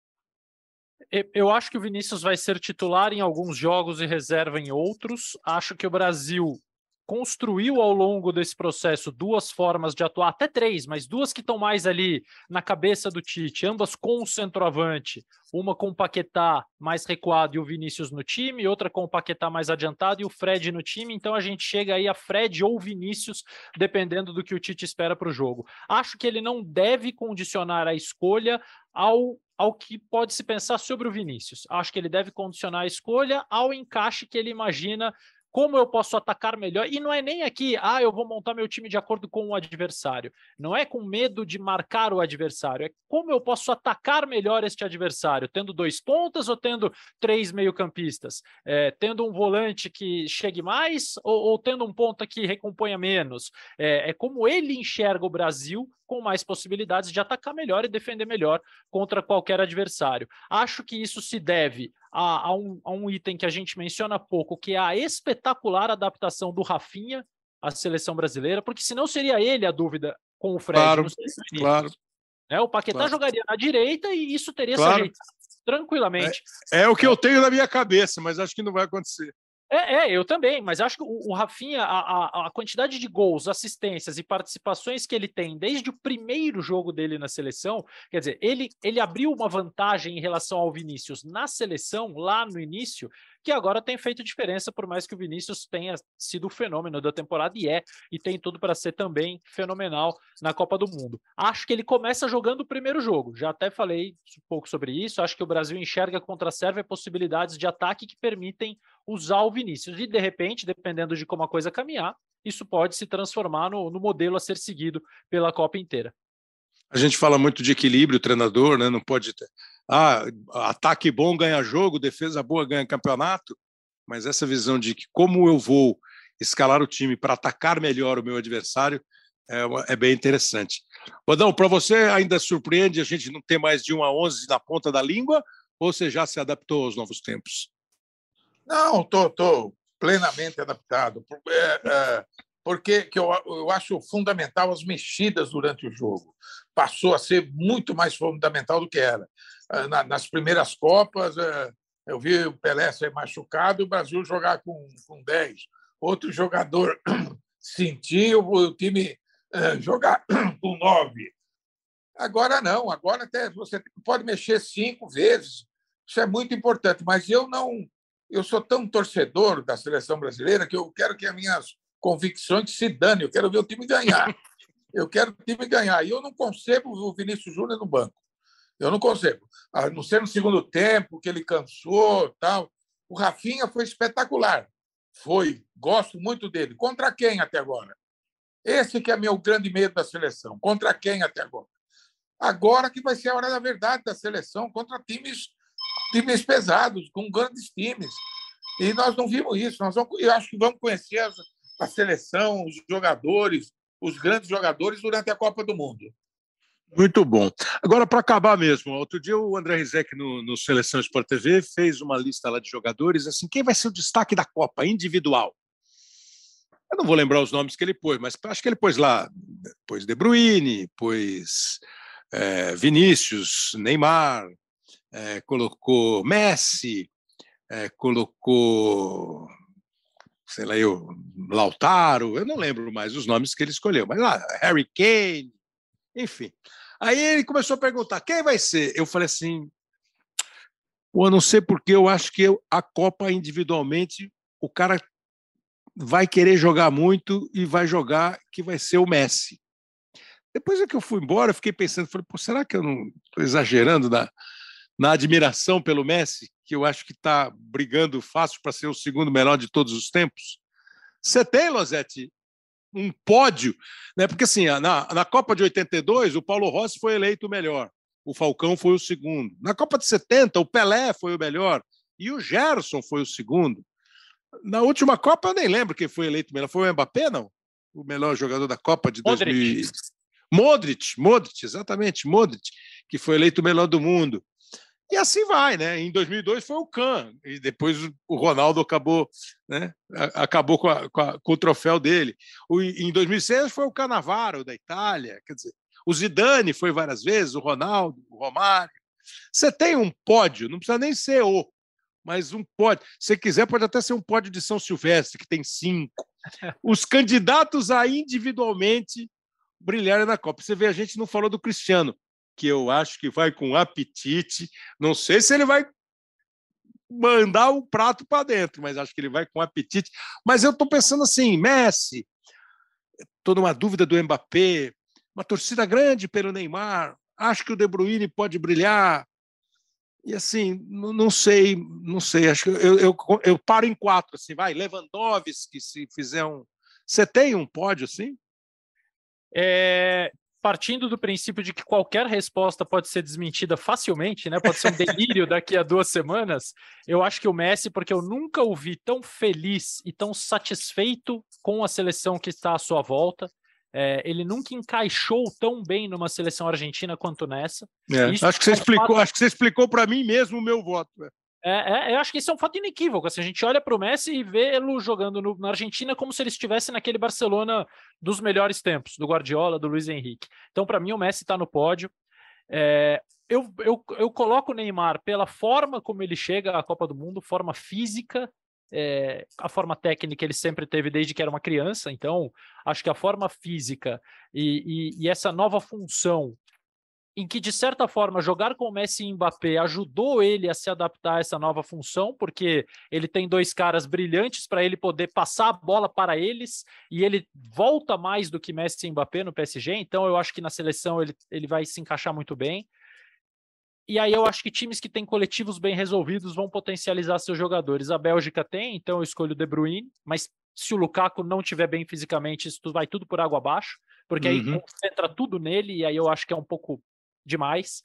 Eu acho que o Vinícius vai ser titular em alguns jogos e reserva em outros. Acho que o Brasil construiu ao longo desse processo duas formas de atuar, até três, mas duas que estão mais ali na cabeça do Tite, ambas com o centroavante, uma com o Paquetá mais recuado e o Vinícius no time, outra com o Paquetá mais adiantado e o Fred no time. Então a gente chega aí a Fred ou Vinícius, dependendo do que o Tite espera para o jogo. Acho que ele não deve condicionar a escolha ao ao que pode se pensar sobre o Vinícius. Acho que ele deve condicionar a escolha ao encaixe que ele imagina, como eu posso atacar melhor. E não é nem aqui, ah, eu vou montar meu time de acordo com o adversário. Não é com medo de marcar o adversário, é como eu posso atacar melhor este adversário, tendo dois pontas ou tendo três meio-campistas, é, tendo um volante que chegue mais ou, ou tendo um ponta que recomponha menos. É, é como ele enxerga o Brasil com mais possibilidades de atacar melhor e defender melhor contra qualquer adversário. Acho que isso se deve a, a, um, a um item que a gente menciona pouco, que é a espetacular adaptação do Rafinha à seleção brasileira, porque senão seria ele a dúvida com o Fred. Claro, claro. Né? O Paquetá claro. jogaria na direita e isso teria claro. se ajeitado tranquilamente. É, é o que eu tenho na minha cabeça, mas acho que não vai acontecer. É, é, eu também, mas acho que o, o Rafinha, a, a, a quantidade de gols, assistências e participações que ele tem desde o primeiro jogo dele na seleção, quer dizer, ele, ele abriu uma vantagem em relação ao Vinícius na seleção, lá no início, que agora tem feito diferença, por mais que o Vinícius tenha sido o fenômeno da temporada, e é, e tem tudo para ser também fenomenal na Copa do Mundo. Acho que ele começa jogando o primeiro jogo, já até falei um pouco sobre isso, acho que o Brasil enxerga contra a Sérvia possibilidades de ataque que permitem usar o Vinícius, e de repente, dependendo de como a coisa caminhar, isso pode se transformar no, no modelo a ser seguido pela Copa inteira. A gente fala muito de equilíbrio, treinador, né? Não pode ter... Ah, ataque bom ganha jogo, defesa boa ganha campeonato, mas essa visão de que como eu vou escalar o time para atacar melhor o meu adversário é, é bem interessante. Bodão, para você ainda surpreende a gente não ter mais de um a onze na ponta da língua, ou você já se adaptou aos novos tempos? Não, estou tô, tô plenamente adaptado, é, é, porque que eu, eu acho fundamental as mexidas durante o jogo. Passou a ser muito mais fundamental do que era. Na, nas primeiras Copas, é, eu vi o Pelé ser machucado e o Brasil jogar com, com dez. Outro jogador sentiu o time é, jogar com nove. Agora não, agora até você pode mexer cinco vezes. Isso é muito importante, mas eu não. Eu sou tão torcedor da seleção brasileira que eu quero que as minhas convicções se danem. Eu quero ver o time ganhar. Eu quero o time ganhar. E eu não concebo o Vinícius Júnior no banco. Eu não concebo. A não ser no segundo tempo, que ele cansou, tal. O Rafinha foi espetacular. Foi. Gosto muito dele. Contra quem até agora? Esse que é meu grande medo da seleção. Contra quem até agora? Agora que vai ser a hora da verdade da seleção, contra times, times pesados, com grandes times. E nós não vimos isso. Nós vamos, eu acho que vamos conhecer a, a seleção, os jogadores, os grandes jogadores durante a Copa do Mundo. Muito bom. Agora, para acabar mesmo, outro dia o André Rizek, no, no Seleção Sport T V, fez uma lista lá de jogadores, assim, quem vai ser o destaque da Copa, individual? Eu não vou lembrar os nomes que ele pôs, mas acho que ele pôs lá, pôs De Bruyne, pôs é, Vinícius, Neymar, é, colocou Messi, é, colocou, sei lá, eu, Lautaro, eu não lembro mais os nomes que ele escolheu, mas lá, Harry Kane, enfim. Aí ele começou a perguntar, quem vai ser? Eu falei assim, eu não sei porque eu acho que eu, a Copa individualmente, o cara vai querer jogar muito e vai jogar que vai ser o Messi. Depois é que eu fui embora, eu fiquei pensando, falei, pô, será que eu não estou exagerando na, na admiração pelo Messi, que eu acho que está brigando fácil para ser o segundo melhor de todos os tempos? Você tem, Losetti, um pódio, né? Porque assim, na, na Copa de oitenta e dois, o Paulo Rossi foi eleito o melhor, o Falcão foi o segundo. Na Copa de setenta, o Pelé foi o melhor e o Gerson foi o segundo. Na última Copa, eu nem lembro quem foi eleito o melhor. Foi o Mbappé, não? O melhor jogador da Copa de dois mil. Modric. Modric, Modric, exatamente, Modric, que foi eleito o melhor do mundo. E assim vai, né? Em dois mil e dois foi o Kahn, e depois o Ronaldo acabou, né? acabou com, a, com, a, com o troféu dele. O, em dois mil e seis foi o Cannavaro, da Itália, quer dizer, o Zidane foi várias vezes, o Ronaldo, o Romário. Você tem um pódio, não precisa nem ser o, mas um pódio. Se quiser, pode até ser um pódio de São Silvestre, que tem cinco. Os candidatos a individualmente brilharem na Copa. Você vê, a gente não falou do Cristiano, que eu acho que vai com apetite. Não sei se ele vai mandar o prato para dentro, mas acho que ele vai com apetite. Mas eu estou pensando assim, Messi, estou numa dúvida do Mbappé, uma torcida grande pelo Neymar, acho que o De Bruyne pode brilhar. E assim, não, não sei, não sei, acho que eu, eu, eu paro em quatro, assim, vai, Lewandowski, se fizer um... Você tem um pódio assim? É... Partindo do princípio de que qualquer resposta pode ser desmentida facilmente, né? Pode ser um delírio daqui a duas semanas, eu acho que o Messi, porque eu nunca o vi tão feliz e tão satisfeito com a seleção que está à sua volta. É, ele nunca encaixou tão bem numa seleção argentina quanto nessa. É, acho que você explicou, fato... acho que você explicou para mim mesmo o meu voto. É, é, eu acho que isso é um fato inequívoco. Assim, a gente olha para o Messi e vê ele jogando no, na Argentina como se ele estivesse naquele Barcelona dos melhores tempos, do Guardiola, do Luis Henrique. Então, para mim, o Messi está no pódio. É, eu, eu, eu coloco o Neymar pela forma como ele chega à Copa do Mundo, forma física, é, a forma técnica ele sempre teve desde que era uma criança. Então, acho que a forma física e, e, e essa nova função em que, de certa forma, jogar com o Messi e Mbappé ajudou ele a se adaptar a essa nova função, porque ele tem dois caras brilhantes para ele poder passar a bola para eles, e ele volta mais do que Messi e Mbappé no P S G, então eu acho que na seleção ele, ele vai se encaixar muito bem. E aí eu acho que times que têm coletivos bem resolvidos vão potencializar seus jogadores. A Bélgica tem, então eu escolho o De Bruyne, mas se o Lukaku não estiver bem fisicamente, isso vai tudo por água abaixo, porque aí uhum. concentra tudo nele, e aí eu acho que é um pouco demais.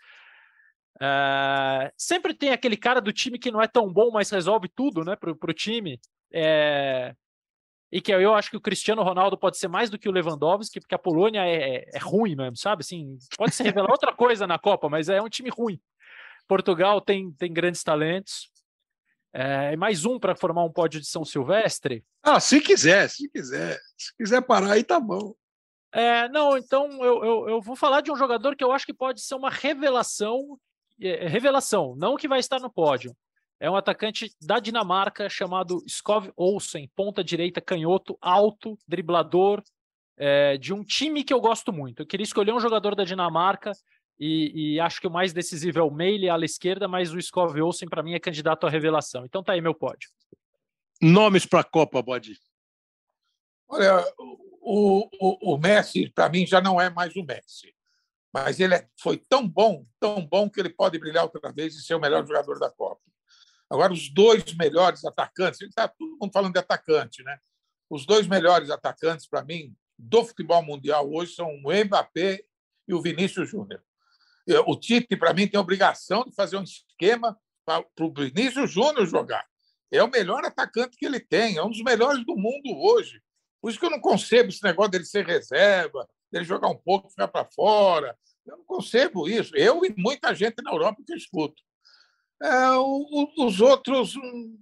Uh, sempre tem aquele cara do time que não é tão bom, mas resolve tudo, né, pro, pro time. É... E que eu acho que o Cristiano Ronaldo pode ser mais do que o Lewandowski, porque a Polônia é, é ruim mesmo, sabe? Assim, pode se revelar outra coisa na Copa, mas é um time ruim. Portugal tem, tem grandes talentos. É, mais um para formar um pódio de São Silvestre? Ah, se quiser, se quiser. Se quiser parar aí, tá bom. É, não, então eu, eu, eu vou falar de um jogador que eu acho que pode ser uma revelação, é, revelação, não que vai estar no pódio. É um atacante da Dinamarca chamado Skov Olsen, ponta direita, canhoto, alto, driblador, é, de um time que eu gosto muito. Eu queria escolher um jogador da Dinamarca e, e acho que o mais decisivo é o Meile, ala esquerda, mas o Skov Olsen, para mim, é candidato à revelação. Então tá aí meu pódio. Nomes para a Copa, Bodi. Olha, o, o, o Messi, para mim, já não é mais o Messi. Mas ele é, foi tão bom, tão bom, que ele pode brilhar outra vez e ser o melhor jogador da Copa. Agora, os dois melhores atacantes, está todo mundo falando de atacante, né? Os dois melhores atacantes, para mim, do futebol mundial hoje são o Mbappé e o Vinícius Júnior. O Tite, para mim, tem a obrigação de fazer um esquema para o Vinícius Júnior jogar. É o melhor atacante que ele tem, é um dos melhores do mundo hoje. Por isso que eu não concebo esse negócio dele ser reserva, dele jogar um pouco e ficar para fora. Eu não concebo isso. Eu e muita gente na Europa que eu escuto. É, o, os outros...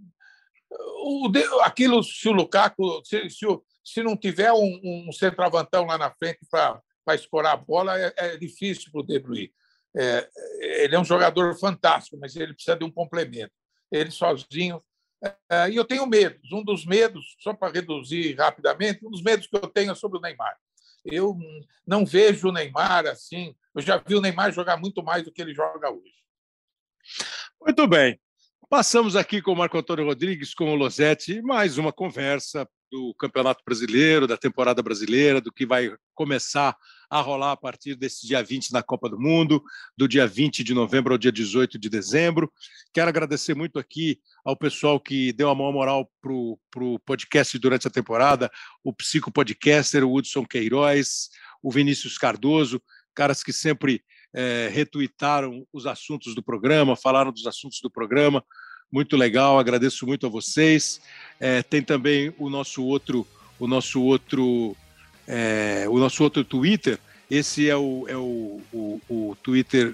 O, aquilo, se o Lukaku... Se, se, se não tiver um, um centroavantão lá na frente para escorar a bola, é, é difícil para o De Bruyne. É, ele é um jogador fantástico, mas ele precisa de um complemento. Ele sozinho... É, e eu tenho medos. Um dos medos, só para reduzir rapidamente, um dos medos que eu tenho é sobre o Neymar. Eu não vejo o Neymar assim. Eu já vi o Neymar jogar muito mais do que ele joga hoje. Muito bem. Passamos aqui com o Marco Antônio Rodrigues, com o Losetti, mais uma conversa do Campeonato Brasileiro, da temporada brasileira, do que vai começar a rolar a partir desse dia vinte na Copa do Mundo, do dia vinte de novembro ao dia dezoito de dezembro. Quero agradecer muito aqui ao pessoal que deu a maior moral para o podcast durante a temporada, o Psico Podcaster, o Hudson Queiroz, o Vinícius Cardoso, caras que sempre é, retuitaram os assuntos do programa, falaram dos assuntos do programa. Muito legal, agradeço muito a vocês. É, tem também o nosso outro, o nosso outro, é, o nosso outro Twitter. Esse é o, é o, o, o Twitter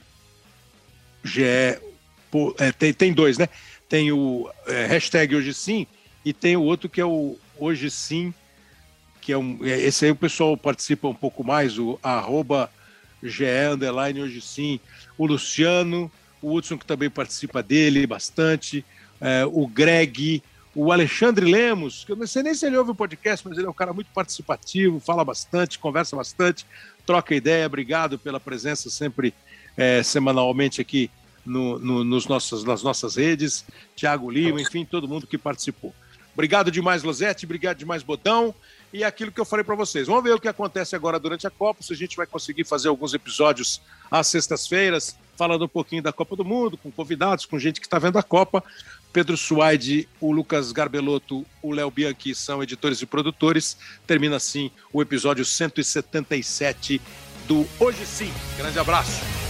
G E. É, tem, tem dois, né? Tem o é, hashtag Hoje Sim e tem o outro que é o Hoje Sim, que é um. É, esse aí o pessoal participa um pouco mais, o arroba G E underline Hoje Sim. O Luciano, o Hudson, que também participa dele bastante, é, o Greg, o Alexandre Lemos, que eu não sei nem se ele ouve o podcast, mas ele é um cara muito participativo, fala bastante, conversa bastante, troca ideia. Obrigado pela presença sempre é, semanalmente aqui no, no, nos nossos, nas nossas redes. Thiago Lima, enfim, todo mundo que participou. Obrigado demais, Losetti, obrigado demais, Bodão. E aquilo que eu falei para vocês, vamos ver o que acontece agora durante a Copa, se a gente vai conseguir fazer alguns episódios às sextas-feiras, falando um pouquinho da Copa do Mundo, com convidados, com gente que está vendo a Copa. Pedro Suaide, o Lucas Garbelotto, o Léo Bianchi são editores e produtores. Termina assim o episódio cento e setenta e sete do Hoje Sim. Grande abraço.